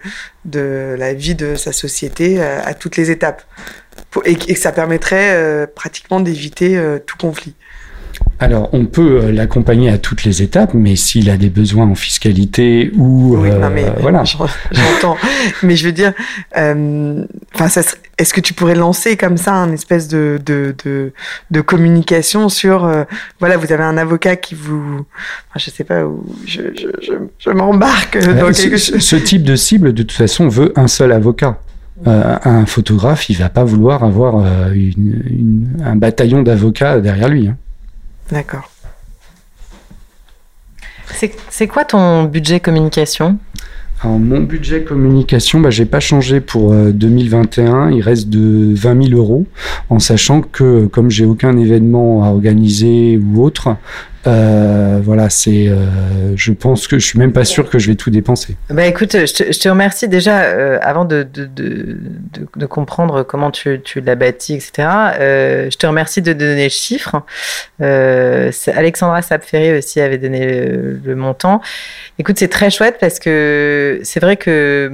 de la vie de sa société euh, à toutes les étapes, et, et que ça permettrait euh, pratiquement d'éviter euh, tout conflit. Alors, on peut l'accompagner à toutes les étapes, mais s'il a des besoins en fiscalité ou... Oui, euh, non, mais voilà. J'entends. Mais je veux dire, euh, ça serait, est-ce que tu pourrais lancer comme ça un espèce de, de, de, de communication sur... Euh, voilà, vous avez un avocat qui vous... Enfin, je sais pas, où je, je, je, je m'embarque dans ce, quelque chose. Ce type de cible, de toute façon, veut un seul avocat. Euh, un photographe, il va pas vouloir avoir euh, une, une, un bataillon d'avocats derrière lui. Hein. D'accord. C'est, c'est quoi ton budget communication ? Alors, mon budget communication, bah, j'ai pas changé pour euh, deux mille vingt et un. Il reste de vingt mille euros, en sachant que comme j'ai aucun événement à organiser ou autre, Euh, voilà, c'est. Euh, je pense que je suis même pas sûr que je vais tout dépenser. Bah écoute, je te, je te remercie déjà euh, avant de, de, de, de, de comprendre comment tu, tu l'as bâti, et cetera. Euh, je te remercie de donner le chiffre. Euh, Alexandra Sapferry aussi avait donné le, le montant. Écoute, c'est très chouette parce que c'est vrai que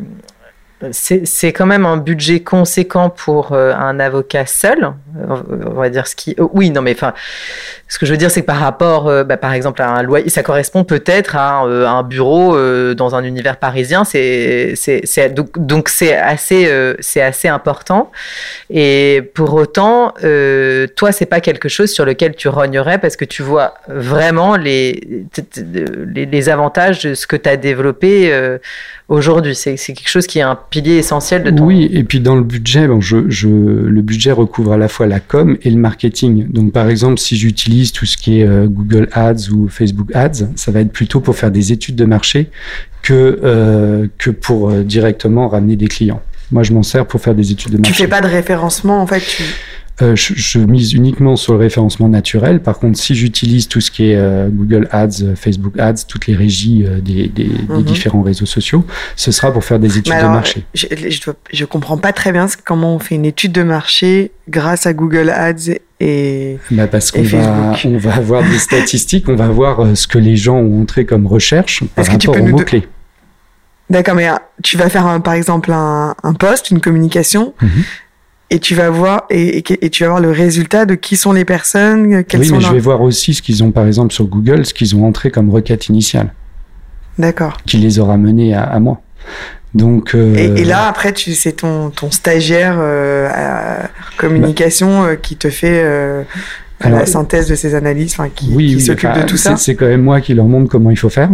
c'est, c'est quand même un budget conséquent pour euh, un avocat seul. On va dire ce qui. Oh, oui, non, mais enfin, ce que je veux dire, c'est que par rapport, euh, bah, par exemple, à un loyer, ça correspond peut-être à un, euh, un bureau euh, dans un univers parisien. C'est, c'est, c'est donc, donc c'est assez, euh, c'est assez important. Et pour autant, euh, toi, c'est pas quelque chose sur lequel tu rognerais parce que tu vois vraiment les, les, les avantages de ce que tu as développé euh, aujourd'hui. C'est, c'est quelque chose qui est un pilier essentiel de ton. Oui, et puis dans le budget, bon, je, je, le budget recouvre à la fois la com et le marketing. Donc, par exemple, si j'utilise tout ce qui est euh, Google Ads ou Facebook Ads, ça va être plutôt pour faire des études de marché que, euh, que pour euh, directement ramener des clients. Moi, je m'en sers pour faire des études de marché. Tu fais pas de référencement, en fait tu... Euh, je, je mise uniquement sur le référencement naturel. Par contre, si j'utilise tout ce qui est euh, Google Ads, Facebook Ads, toutes les régies euh, des, des, mm-hmm. des différents réseaux sociaux, ce sera pour faire des études alors, de marché. Je, je, dois, je comprends pas très bien comment on fait une étude de marché grâce à Google Ads et bah parce qu'on et va, on va avoir des statistiques, on va voir euh, ce que les gens ont entré comme recherche par Est-ce rapport aux mots-clés. De... D'accord, mais tu vas faire un, par exemple un, un post, une communication. Mm-hmm. Et tu vas voir et, et, et tu vas voir le résultat de qui sont les personnes. Quelles oui, sont mais leurs... je vais voir aussi ce qu'ils ont, par exemple, sur Google, ce qu'ils ont entré comme requête initiale. D'accord. Qui les aura menés à, à moi. Donc. Euh... Et, et là, après, tu, c'est ton ton stagiaire euh, à communication bah... euh, qui te fait. Euh... Alors, la synthèse de ces analyses, enfin, qui, oui, qui oui, s'occupe enfin, de tout c'est, ça. C'est quand même moi qui leur montre comment il faut faire.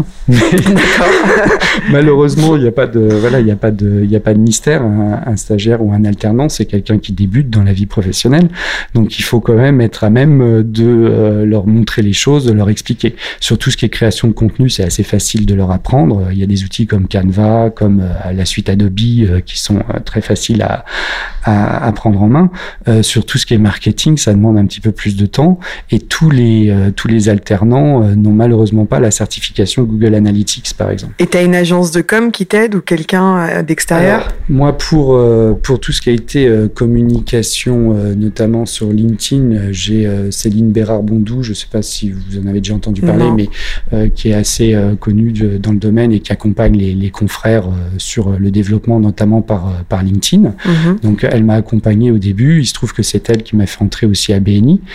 Malheureusement, il n'y a pas de, voilà, il n'y a pas de, il n'y a pas de mystère. Un, un stagiaire ou un alternant, c'est quelqu'un qui débute dans la vie professionnelle. Donc, il faut quand même être à même de euh, leur montrer les choses, de leur expliquer. Sur tout ce qui est création de contenu, c'est assez facile de leur apprendre. Il y a des outils comme Canva, comme euh, la suite Adobe, euh, qui sont euh, très faciles à, à, à prendre en main. Euh, sur tout ce qui est marketing, ça demande un petit peu plus de temps. Et tous les, euh, tous les alternants euh, n'ont malheureusement pas la certification Google Analytics, par exemple. Et tu as une agence de com qui t'aide ou quelqu'un d'extérieur ? Alors, moi, pour, euh, pour tout ce qui a été euh, communication, euh, notamment sur LinkedIn, j'ai euh, Céline Bérard-Bondou, je ne sais pas si vous en avez déjà entendu parler, non. mais euh, qui est assez euh, connue de, dans le domaine et qui accompagne les, les confrères euh, sur le développement, notamment par, euh, par LinkedIn. Mm-hmm. Donc, elle m'a accompagné au début. Il se trouve que c'est elle qui m'a fait entrer aussi à B N I.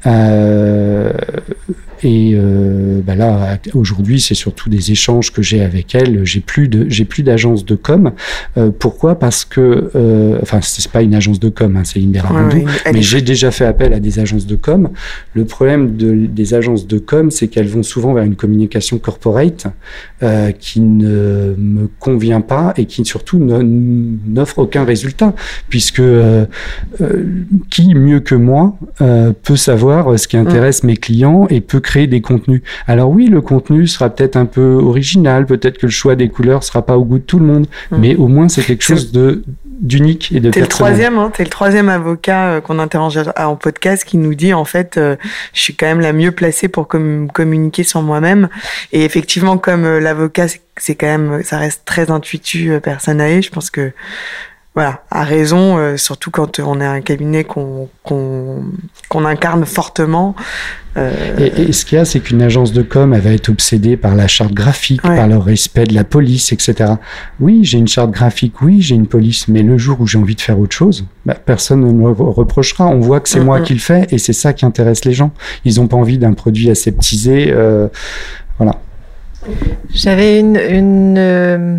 Euh, et euh, bah là, aujourd'hui, c'est surtout des échanges que j'ai avec elle. J'ai plus de, j'ai plus d'agence de com. Euh, pourquoi ? Parce que, euh, enfin, c'est pas une agence de com, hein, c'est une Bérard-Bondou, ouais, ouais, mais j'ai déjà fait appel à des agences de com. Le problème de, des agences de com, c'est qu'elles vont souvent vers une communication corporate euh, qui ne me convient pas et qui surtout ne, n'offre aucun résultat, puisque euh, euh, qui mieux que moi euh, peut savoir ce qui intéresse mmh. mes clients et peut créer des contenus. Alors oui, le contenu sera peut-être un peu original, peut-être que le choix des couleurs sera pas au goût de tout le monde, mmh. mais au moins c'est quelque chose de d'unique et de t'es personnel. Le troisième, hein, t'es le troisième avocat euh, qu'on interroge en podcast qui nous dit en fait, euh, je suis quand même la mieux placée pour com- communiquer sur moi-même. Et effectivement, comme euh, l'avocat, c'est, c'est quand même, ça reste très intuitu, euh, personnel. Je pense que voilà, a raison, euh, surtout quand on est un cabinet qu'on, qu'on, qu'on incarne fortement. Euh... Et, et ce qu'il y a, c'est qu'une agence de com, elle va être obsédée par la charte graphique, ouais. par le respect de la police, et cetera. Oui, j'ai une charte graphique, oui, j'ai une police, mais le jour où j'ai envie de faire autre chose, bah, personne ne me reprochera. On voit que c'est mm-hmm. moi qui le fais et c'est ça qui intéresse les gens. Ils n'ont pas envie d'un produit aseptisé. Euh, voilà. J'avais une... une euh...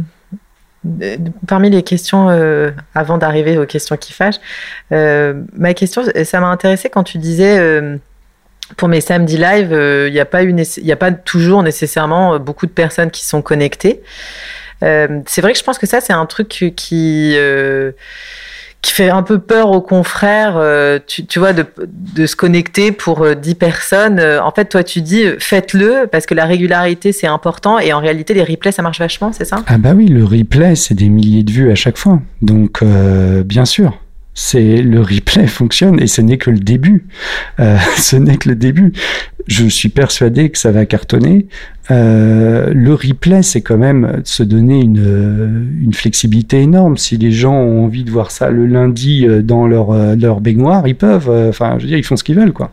Parmi les questions, euh, avant d'arriver aux questions qui fâchent, euh, ma question, ça m'a intéressé quand tu disais, euh, pour mes samedis live, il euh, n'y a pas une, il n'y a pas toujours nécessairement beaucoup de personnes qui sont connectées. Euh, c'est vrai que je pense que ça, c'est un truc qui... Euh, qui fait un peu peur aux confrères, euh, tu, tu vois, de, de se connecter pour euh, dix personnes. Euh, en fait, toi, tu dis, faites-le, parce que la régularité, c'est important, et en réalité, les replays, ça marche vachement, c'est ça ? Ah bah oui, le replay, c'est des milliers de vues à chaque fois. Donc, euh, bien sûr, c'est, le replay fonctionne, et ce n'est que le début. Euh, ce n'est que le début. je suis persuadé que ça va cartonner. Euh, le replay, c'est quand même se donner une, une flexibilité énorme. Si les gens ont envie de voir ça le lundi dans leur, leur baignoire, ils peuvent. Enfin, je veux dire, ils font ce qu'ils veulent, quoi.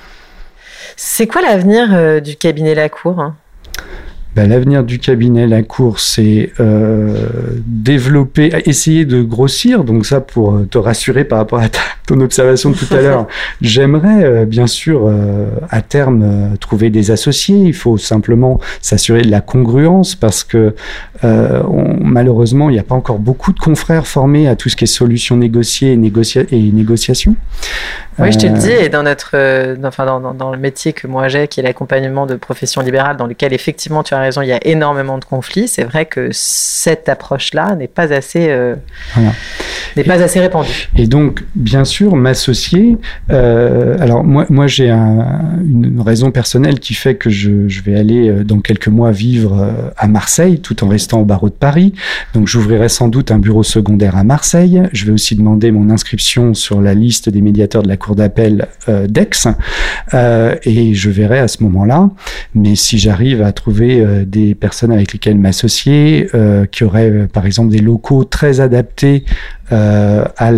C'est quoi l'avenir euh, du cabinet Lacour, hein? Ben, l'avenir du cabinet Lacour, c'est euh, développer, essayer de grossir. Donc ça, pour te rassurer par rapport à ta, ton observation de tout à l'heure, j'aimerais euh, bien sûr euh, à terme euh, trouver des associés. Il faut simplement s'assurer de la congruence parce que euh, on, malheureusement, il n'y a pas encore beaucoup de confrères formés à tout ce qui est solutions négociées et, négocia- et négociations. Oui, euh... je te le dis, et dans notre, euh, enfin dans, dans, dans le métier que moi j'ai, qui est l'accompagnement de professions libérales, dans lequel effectivement tu as raison, il y a énormément de conflits. C'est vrai que cette approche-là n'est pas assez, euh, voilà. n'est pas et, assez répandue. Et donc, bien sûr, m'associer. Euh, alors moi, moi j'ai un, une raison personnelle qui fait que je, je vais aller dans quelques mois vivre à Marseille, tout en restant au barreau de Paris. Donc, j'ouvrirai sans doute un bureau secondaire à Marseille. Je vais aussi demander mon inscription sur la liste des médiateurs de la Cour d'appel euh, d'Aix, euh, et je verrai à ce moment-là. Mais si j'arrive à trouver euh, des personnes avec lesquelles m'associer, euh, qui auraient euh, par exemple des locaux très adaptés euh, à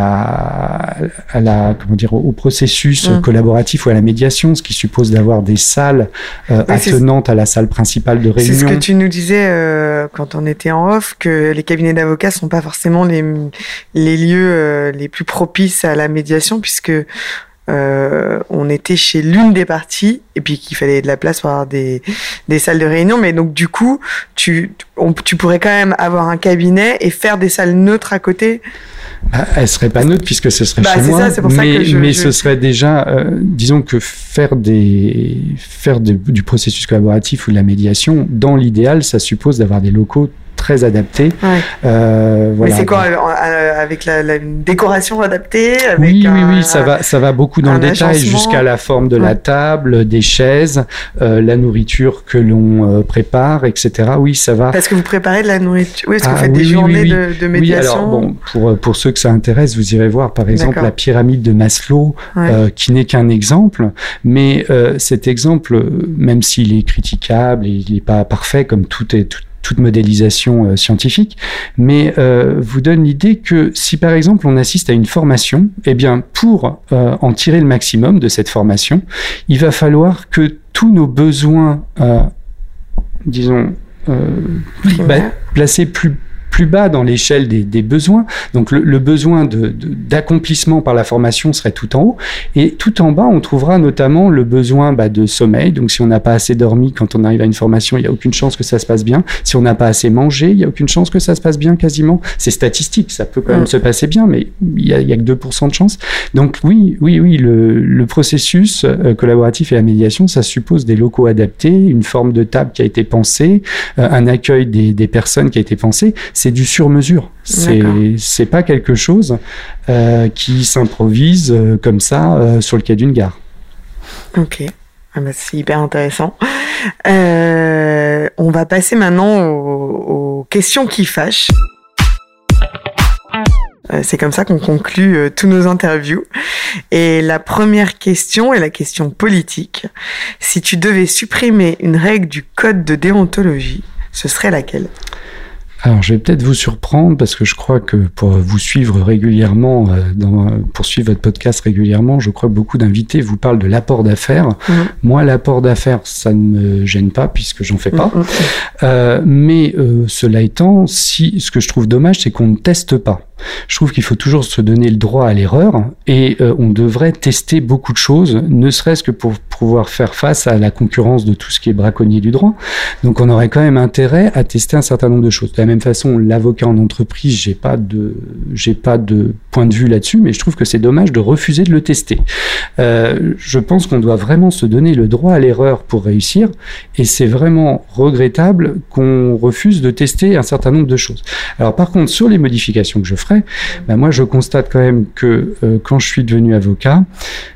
la, à la, comment dire, au processus mmh. collaboratif ou à la médiation, ce qui suppose d'avoir des salles euh, attenantes à la salle principale de réunion. C'est ce que tu nous disais euh, quand on était en off, que les cabinets d'avocats sont pas forcément les les lieux euh, les plus propices à la médiation, puisque Euh, on était chez l'une des parties et puis qu'il fallait de la place pour avoir des, des salles de réunion. Mais donc, du coup, tu, on, tu pourrais quand même avoir un cabinet et faire des salles neutres à côté. Bah, elle serait pas neutre puisque ce serait bah, chez c'est moi. Ça, c'est pour mais, ça que je, mais je... ce serait déjà, euh, disons que faire des, faire de, du processus collaboratif ou de la médiation, dans l'idéal, ça suppose d'avoir des locaux très adapté. Ouais. Euh, voilà. Mais c'est quoi, avec la, la une décoration adaptée, avec Oui, un, oui, oui, ça va, ça va beaucoup dans le détail, jusqu'à la forme de ouais. la table, des chaises, euh, la nourriture que l'on euh, prépare, et cetera. Oui, ça va. Parce que vous préparez de la nourriture. Oui, est-ce que ah, vous faites oui, des oui, journées oui, de, de médiation? Oui, alors bon, pour pour ceux que ça intéresse, vous irez voir, par exemple, D'accord. la pyramide de Maslow, ouais. euh, qui n'est qu'un exemple, mais euh, cet exemple, même s'il est critiquable et il n'est pas parfait, comme tout est tout toute modélisation euh, scientifique, mais euh, vous donne l'idée que si par exemple on assiste à une formation, eh bien pour euh, en tirer le maximum de cette formation, il va falloir que tous nos besoins, euh, disons, euh, bah, placés plus plus bas dans l'échelle des, des besoins. Donc le, le besoin de, de, d'accomplissement par la formation serait tout en haut. Et tout en bas, on trouvera notamment le besoin bah, de sommeil. Donc si on n'a pas assez dormi quand on arrive à une formation, il n'y a aucune chance que ça se passe bien. Si on n'a pas assez mangé, il n'y a aucune chance que ça se passe bien quasiment. C'est statistique, ça peut quand même mmh. se passer bien, mais il n'y a, a que deux pour cent de chance. Donc oui, oui, oui, le, le processus euh, collaboratif et la médiation, ça suppose des locaux adaptés, une forme de table qui a été pensée, euh, un accueil des, des personnes qui a été pensé. C'est du sur-mesure. C'est, c'est pas quelque chose euh, qui s'improvise euh, comme ça euh, sur le quai d'une gare. Ok. Ah bah, c'est hyper intéressant. Euh, on va passer maintenant aux, aux questions qui fâchent. Euh, c'est comme ça qu'on conclut euh, tous nos interviews. Et la première question est la question politique. Si tu devais supprimer une règle du code de déontologie, ce serait laquelle ? Alors, je vais peut-être vous surprendre parce que je crois que pour vous suivre régulièrement, euh, dans, pour suivre votre podcast régulièrement, je crois que beaucoup d'invités vous parlent de l'apport d'affaires. Mmh. Moi, l'apport d'affaires, ça ne me gêne pas puisque j'en fais pas. Mmh. Euh, mais euh, cela étant, si ce que je trouve dommage, c'est qu'on ne teste pas. Je trouve qu'il faut toujours se donner le droit à l'erreur et euh, on devrait tester beaucoup de choses, ne serait-ce que pour pouvoir faire face à la concurrence de tout ce qui est braconnier du droit. Donc on aurait quand même intérêt à tester un certain nombre de choses. De la même façon, l'avocat en entreprise, j'ai pas de, j'ai pas de point de vue là-dessus, mais je trouve que c'est dommage de refuser de le tester. Euh, je pense qu'on doit vraiment se donner le droit à l'erreur pour réussir et c'est vraiment regrettable qu'on refuse de tester un certain nombre de choses. Alors par contre, sur les modifications que je ferai, ben moi je constate quand même que euh, quand je suis devenu avocat,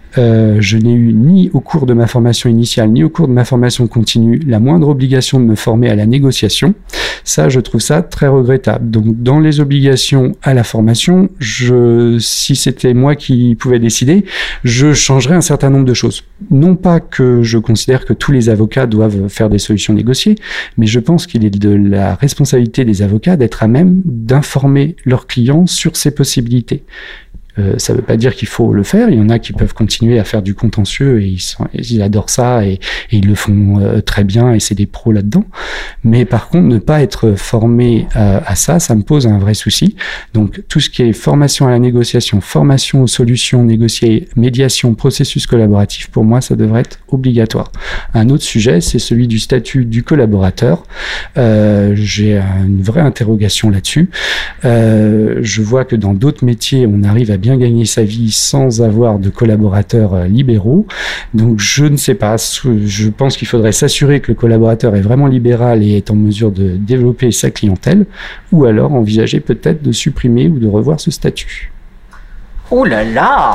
Euh, je n'ai eu ni au cours de ma formation initiale, ni au cours de ma formation continue, la moindre obligation de me former à la négociation. Ça, je trouve ça très regrettable. Donc, dans les obligations à la formation, je, si c'était moi qui pouvais décider, je changerais un certain nombre de choses. Non pas que je considère que tous les avocats doivent faire des solutions négociées, mais je pense qu'il est de la responsabilité des avocats d'être à même d'informer leurs clients sur ces possibilités. Euh, ça ne veut pas dire qu'il faut le faire. Il y en a qui peuvent continuer à faire du contentieux et ils, sont, ils adorent ça et, et ils le font euh, très bien et c'est des pros là-dedans. Mais par contre, ne pas être formé euh, à ça, ça me pose un vrai souci. Donc, tout ce qui est formation à la négociation, formation aux solutions négociées, médiation, processus collaboratif, pour moi, ça devrait être obligatoire. Un autre sujet, c'est celui du statut du collaborateur. Euh, j'ai une vraie interrogation là-dessus. Euh, je vois que dans d'autres métiers, on arrive à bien gagner sa vie sans avoir de collaborateurs euh, libéraux. Donc, je ne sais pas. Je pense qu'il faudrait s'assurer que le collaborateur est vraiment libéral et est en mesure de développer sa clientèle, ou alors envisager peut-être de supprimer ou de revoir ce statut. Oh là là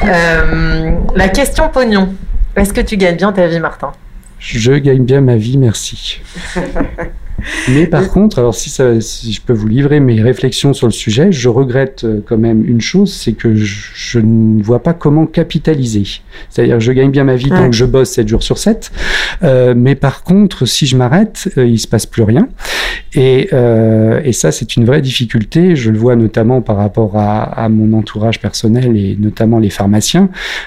euh, La question pognon. Est-ce que tu gagnes bien ta vie, Martin ? Je gagne bien ma vie, merci. Mais par contre, alors si, ça, si je peux vous livrer mes réflexions sur le sujet, je regrette quand même une chose, c'est que je, je ne vois pas comment capitaliser. C'est-à-dire que je gagne bien ma vie tant ouais. que je bosse sept jours sur sept, euh, mais par contre, si je m'arrête, euh, il se passe plus rien. Et, euh, et ça, c'est une vraie difficulté. Je le vois notamment par rapport à, à mon entourage personnel et notamment les pharmaciens.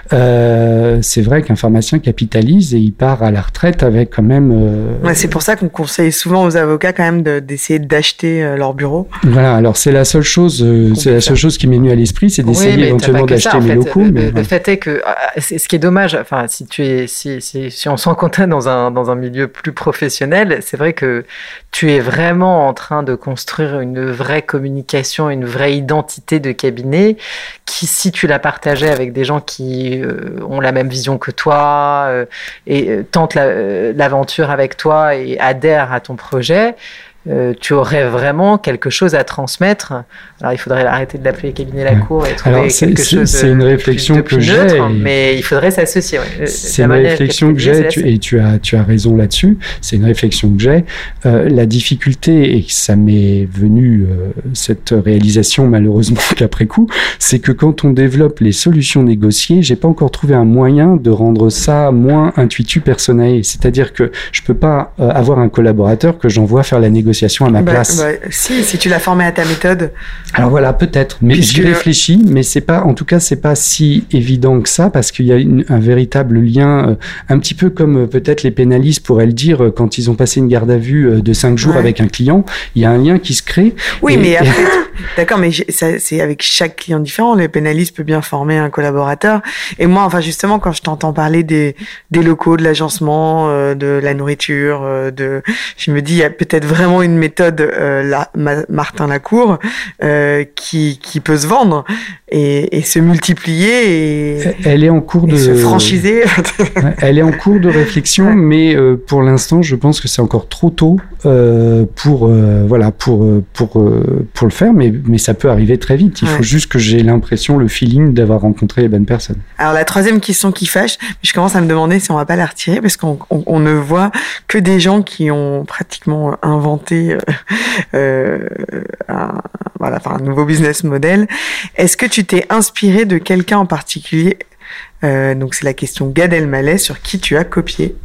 Euh, c'est vrai qu'un pharmacien capitalise et il part à la retraite avec quand même... Euh, ouais, c'est pour ça qu'on conseille souvent aux avocats quand même de, d'essayer d'acheter euh, leur bureau. Voilà, alors c'est la seule chose, euh, c'est la seule chose qui m'est venue à l'esprit, c'est d'essayer oui, éventuellement d'acheter ça, mes fait, locaux. Le, mais, le ouais. fait est que c'est, ce qui est dommage, enfin si tu es, si, si, si on s'en compte dans un dans un milieu plus professionnel, c'est vrai que tu es vraiment en train de construire une vraie communication, une vraie identité de cabinet qui, si tu la partageais avec des gens qui euh, ont la même vision que toi euh, et euh, tentent la, euh, l'aventure avec toi et adhèrent à ton projet, Euh, tu aurais vraiment quelque chose à transmettre. Alors, il faudrait arrêter de l'appeler cabinet la cour et trouver Alors, c'est, quelque c'est, chose c'est une réflexion de plus, de plus que neutre, j'ai. Mais il faudrait s'associer. Ouais. C'est une réflexion que j'ai tu, et tu as, tu as raison là-dessus. C'est une réflexion que j'ai. Euh, la difficulté, et ça m'est venu, euh, cette réalisation malheureusement qu'après coup, c'est que quand on développe les solutions négociées, j'ai pas encore trouvé un moyen de rendre ça moins intuitu personae. C'est-à-dire que je peux pas euh, avoir un collaborateur que j'envoie faire la négociation à ma bah, place. Bah, si, si tu l'as formé à ta méthode. Alors voilà, peut-être. Mais j'y réfléchis, mais c'est pas, en tout cas, c'est pas si évident que ça, parce qu'il y a une, un véritable lien, euh, un petit peu comme euh, peut-être les pénalistes pourraient le dire euh, quand ils ont passé une garde à vue euh, de cinq jours ouais. avec un client. Il y a un lien qui se crée. Oui, et, mais et... après, d'accord, mais ça, c'est avec chaque client différent. Le pénaliste peut bien former un collaborateur. Et moi, enfin, justement, quand je t'entends parler des, des locaux, de l'agencement, euh, de la nourriture, euh, de, je me dis, il y a peut-être vraiment une méthode euh, la, Ma, Martin Lacour euh, qui, qui peut se vendre et, et se multiplier et, elle est en cours de se franchiser. Elle est en cours de réflexion, ouais. mais euh, pour l'instant, je pense que c'est encore trop tôt euh, pour euh, voilà pour pour euh, pour le faire, mais mais ça peut arriver très vite. Il ouais. faut juste que j'ai l'impression, le feeling d'avoir rencontré les bonnes personnes. Alors la troisième question qui fâche, je commence à me demander si on va pas la retirer parce qu'on on, on ne voit que des gens qui ont pratiquement inventé euh, un, voilà, enfin, un nouveau business model. Est-ce que tu t'es inspiré de quelqu'un en particulier? euh, Donc c'est la question Gad Elmaleh, sur qui tu as copié.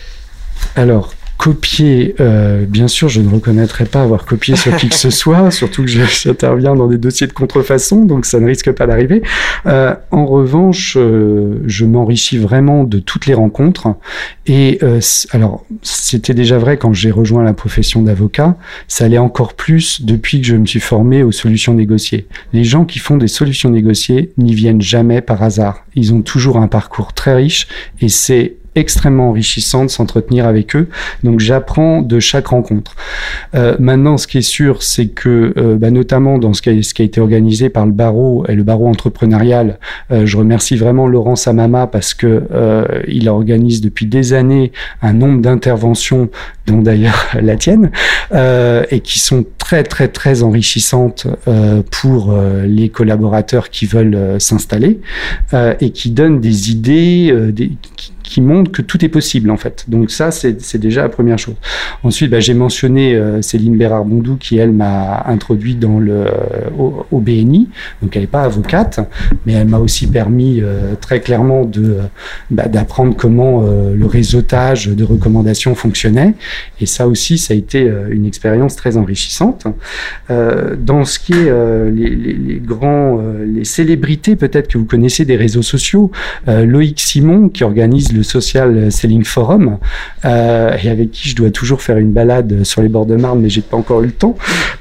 Alors, copier, euh, bien sûr, je ne reconnaîtrais pas avoir copié sur qui que ce soit, surtout que j'interviens dans des dossiers de contrefaçon, donc ça ne risque pas d'arriver. Euh, en revanche, euh, je m'enrichis vraiment de toutes les rencontres. Et euh, alors, c'était déjà vrai quand j'ai rejoint la profession d'avocat, ça l'est encore plus depuis que je me suis formé aux solutions négociées. Les gens qui font des solutions négociées n'y viennent jamais par hasard. Ils ont toujours un parcours très riche et c'est extrêmement enrichissant de s'entretenir avec eux. Donc, j'apprends de chaque rencontre. Euh, maintenant, ce qui est sûr, c'est que, euh, bah, notamment dans ce qui, a, ce qui a été organisé par le barreau et le barreau entrepreneurial, euh, je remercie vraiment Laurent Samama parce que euh, il organise depuis des années un nombre d'interventions, dont d'ailleurs la tienne, euh, et qui sont très très très enrichissantes euh, pour euh, les collaborateurs qui veulent euh, s'installer euh, et qui donnent des idées, euh, des, qui, qui montrent que tout est possible en fait. Donc ça, c'est, c'est déjà la première chose. Ensuite, bah, j'ai mentionné euh, Céline Bérard-Bondou qui, elle, m'a introduit dans le, euh, au, au B N I. Donc elle n'est pas avocate, mais elle m'a aussi permis euh, très clairement de, bah, d'apprendre comment euh, le réseautage de recommandations fonctionnait. Et ça aussi, ça a été euh, une expérience très enrichissante. Euh, dans ce qui est euh, les, les, les grands, euh, les célébrités peut-être que vous connaissez des réseaux sociaux, euh, Loïc Simon qui organise le Social Selling Forum euh, et avec qui je dois toujours faire une balade sur les bords de Marne, mais j'ai pas encore eu le temps.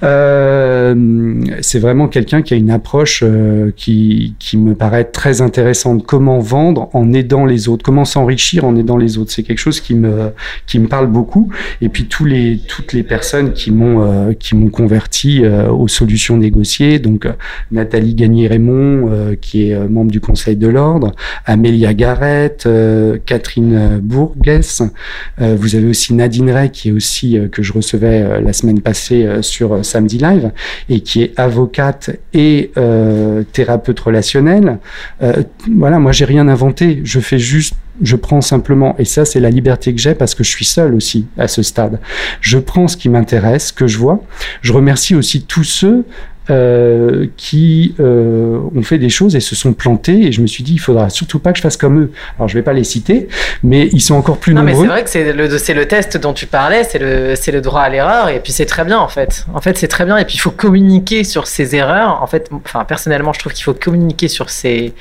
Euh, c'est vraiment quelqu'un qui a une approche euh, qui, qui me paraît très intéressante. Comment vendre en aidant les autres, comment s'enrichir en aidant les autres. C'est quelque chose qui me qui me parle beaucoup. Et puis tous les toutes les personnes qui m'ont euh, qui m'ont converti euh, aux solutions négociées. Donc euh, Nathalie Gagné-Raymond euh, qui est euh, membre du Conseil de l'Ordre, Amélia Garrett, euh, Catherine Bourguès. Euh, vous avez aussi Nadine Ray qui est aussi euh, que je recevais euh, la semaine passée euh, sur euh, Samedi Live et qui est avocate et euh, thérapeute relationnelle. Euh, voilà, moi j'ai rien inventé, je fais juste Je prends simplement, et ça c'est la liberté que j'ai parce que je suis seul aussi à ce stade, je prends ce qui m'intéresse, que je vois. Je remercie aussi tous ceux euh, qui euh, ont fait des choses et se sont plantés, et je me suis dit il faudra surtout pas que je fasse comme eux. Alors je vais pas les citer, mais ils sont encore plus non, nombreux. Non mais c'est vrai que c'est le, c'est le test dont tu parlais, c'est le, c'est le droit à l'erreur, et puis c'est très bien en fait. En fait c'est très bien, et puis il faut communiquer sur ces erreurs. En fait, enfin personnellement je trouve qu'il faut communiquer sur ces...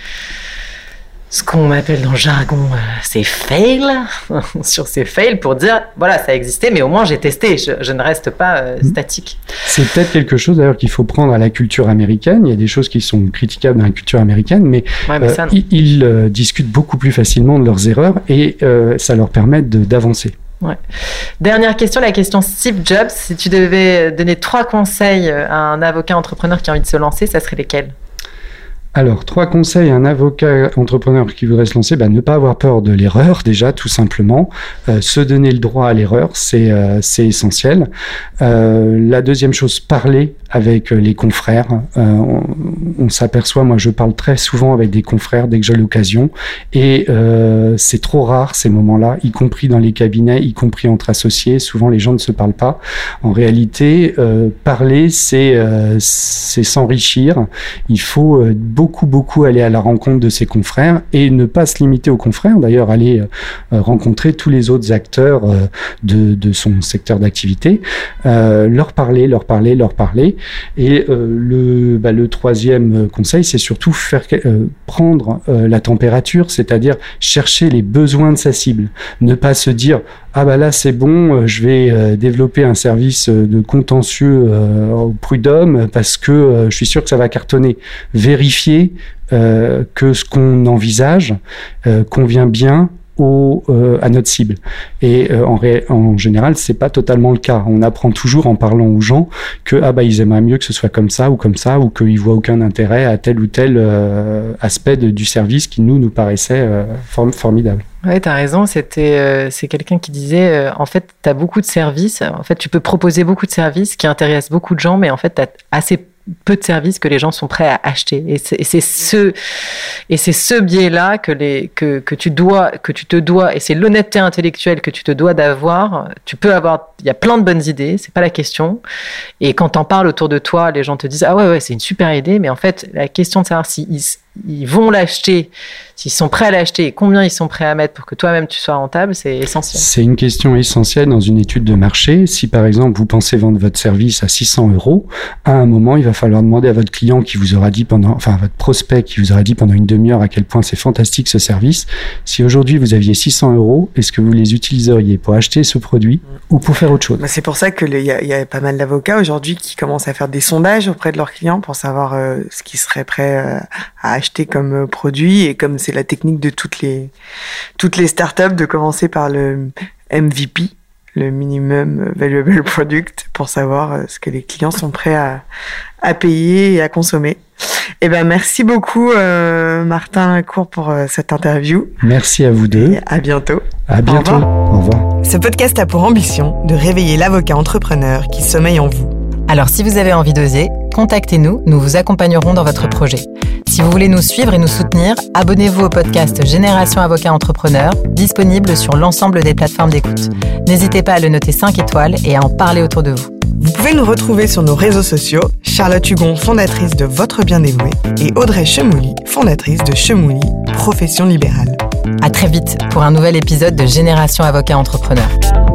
ce qu'on appelle dans le jargon, euh, c'est fail, sur ces fails pour dire, voilà, ça existait, mais au moins j'ai testé, je, je ne reste pas euh, statique. C'est peut-être quelque chose d'ailleurs qu'il faut prendre à la culture américaine. Il y a des choses qui sont critiquables dans la culture américaine, mais, ouais, mais ça, euh, ils, ils euh, discutent beaucoup plus facilement de leurs erreurs et euh, ça leur permet de, d'avancer. Ouais. Dernière question, la question Steve Jobs. Si tu devais donner trois conseils à un avocat entrepreneur qui a envie de se lancer, ça serait lesquels ? Alors, trois conseils à un avocat entrepreneur qui voudrait se lancer. Bah, ne pas avoir peur de l'erreur, déjà, tout simplement. Euh, se donner le droit à l'erreur, c'est, euh, c'est essentiel. Euh, la deuxième chose, parler avec les confrères. Euh, on, on s'aperçoit, moi, je parle très souvent avec des confrères dès que j'ai l'occasion. Et euh, c'est trop rare, ces moments-là, y compris dans les cabinets, y compris entre associés. Souvent, les gens ne se parlent pas. En réalité, euh, parler, c'est, euh, c'est s'enrichir. Il faut euh, beaucoup, beaucoup aller à la rencontre de ses confrères et ne pas se limiter aux confrères. D'ailleurs, aller euh, rencontrer tous les autres acteurs euh, de, de son secteur d'activité, euh, leur parler, leur parler, leur parler. Et euh, le, bah, le troisième conseil, c'est surtout faire euh, prendre euh, la température, c'est-à-dire chercher les besoins de sa cible. Ne pas se dire ah bah là c'est bon, je vais euh, développer un service de contentieux euh, au prud'homme parce que euh, je suis sûr que ça va cartonner. Vérifier euh, que ce qu'on envisage euh, convient bien Au, euh, à notre cible. Et euh, en, ré, en général, c'est pas totalement le cas. On apprend toujours en parlant aux gens que ah bah ils aimeraient mieux que ce soit comme ça ou comme ça, ou qu'ils voient aucun intérêt à tel ou tel euh, aspect de, du service qui nous nous paraissait euh, form- formidable. Ouais, t'as raison. C'était euh, c'est quelqu'un qui disait euh, en fait t'as beaucoup de services. En fait, tu peux proposer beaucoup de services qui intéressent beaucoup de gens, mais en fait t'as assez peu de services que les gens sont prêts à acheter, et c'est, et c'est ce et c'est ce biais-là que les que que tu dois que tu te dois et c'est l'honnêteté intellectuelle que tu te dois d'avoir. Tu peux avoir, il y a plein de bonnes idées, c'est pas la question, et quand t'en parles autour de toi, les gens te disent ah ouais ouais c'est une super idée, mais en fait la question de savoir si ils, ils vont l'acheter, s'ils sont prêts à l'acheter et combien ils sont prêts à mettre pour que toi-même tu sois rentable, c'est essentiel. C'est une question essentielle dans une étude de marché. Si par exemple vous pensez vendre votre service à six cents euros, à un moment il va falloir demander à votre client qui vous aura dit pendant, enfin à votre prospect qui vous aura dit pendant une demi-heure à quel point c'est fantastique ce service. Si aujourd'hui vous aviez six cents euros, est-ce que vous les utiliseriez pour acheter ce produit mmh. ou pour faire autre chose ? C'est pour ça que il y, y a pas mal d'avocats aujourd'hui qui commencent à faire des sondages auprès de leurs clients pour savoir euh, ce qu'ils seraient prêts euh, à acheter. acheter comme produit, et comme c'est la technique de toutes les toutes les startups de commencer par le M V P, le minimum valuable product, pour savoir ce que les clients sont prêts à à payer et à consommer. Eh ben merci beaucoup euh, Martin Lacour pour euh, cette interview. Merci à vous deux. Et à bientôt. À bientôt. Au revoir. Au revoir. Ce podcast a pour ambition de réveiller l'avocat entrepreneur qui sommeille en vous. Alors si vous avez envie d'oser, contactez-nous, nous vous accompagnerons dans votre projet. Si vous voulez nous suivre et nous soutenir, abonnez-vous au podcast Génération Avocat Entrepreneur, disponible sur l'ensemble des plateformes d'écoute. N'hésitez pas à le noter cinq étoiles et à en parler autour de vous. Vous pouvez nous retrouver sur nos réseaux sociaux, Charlotte Hugon, fondatrice de Votre Bien Dévoué, et Audrey Chemouli, fondatrice de Chemouli, profession libérale. À très vite pour un nouvel épisode de Génération Avocat Entrepreneur.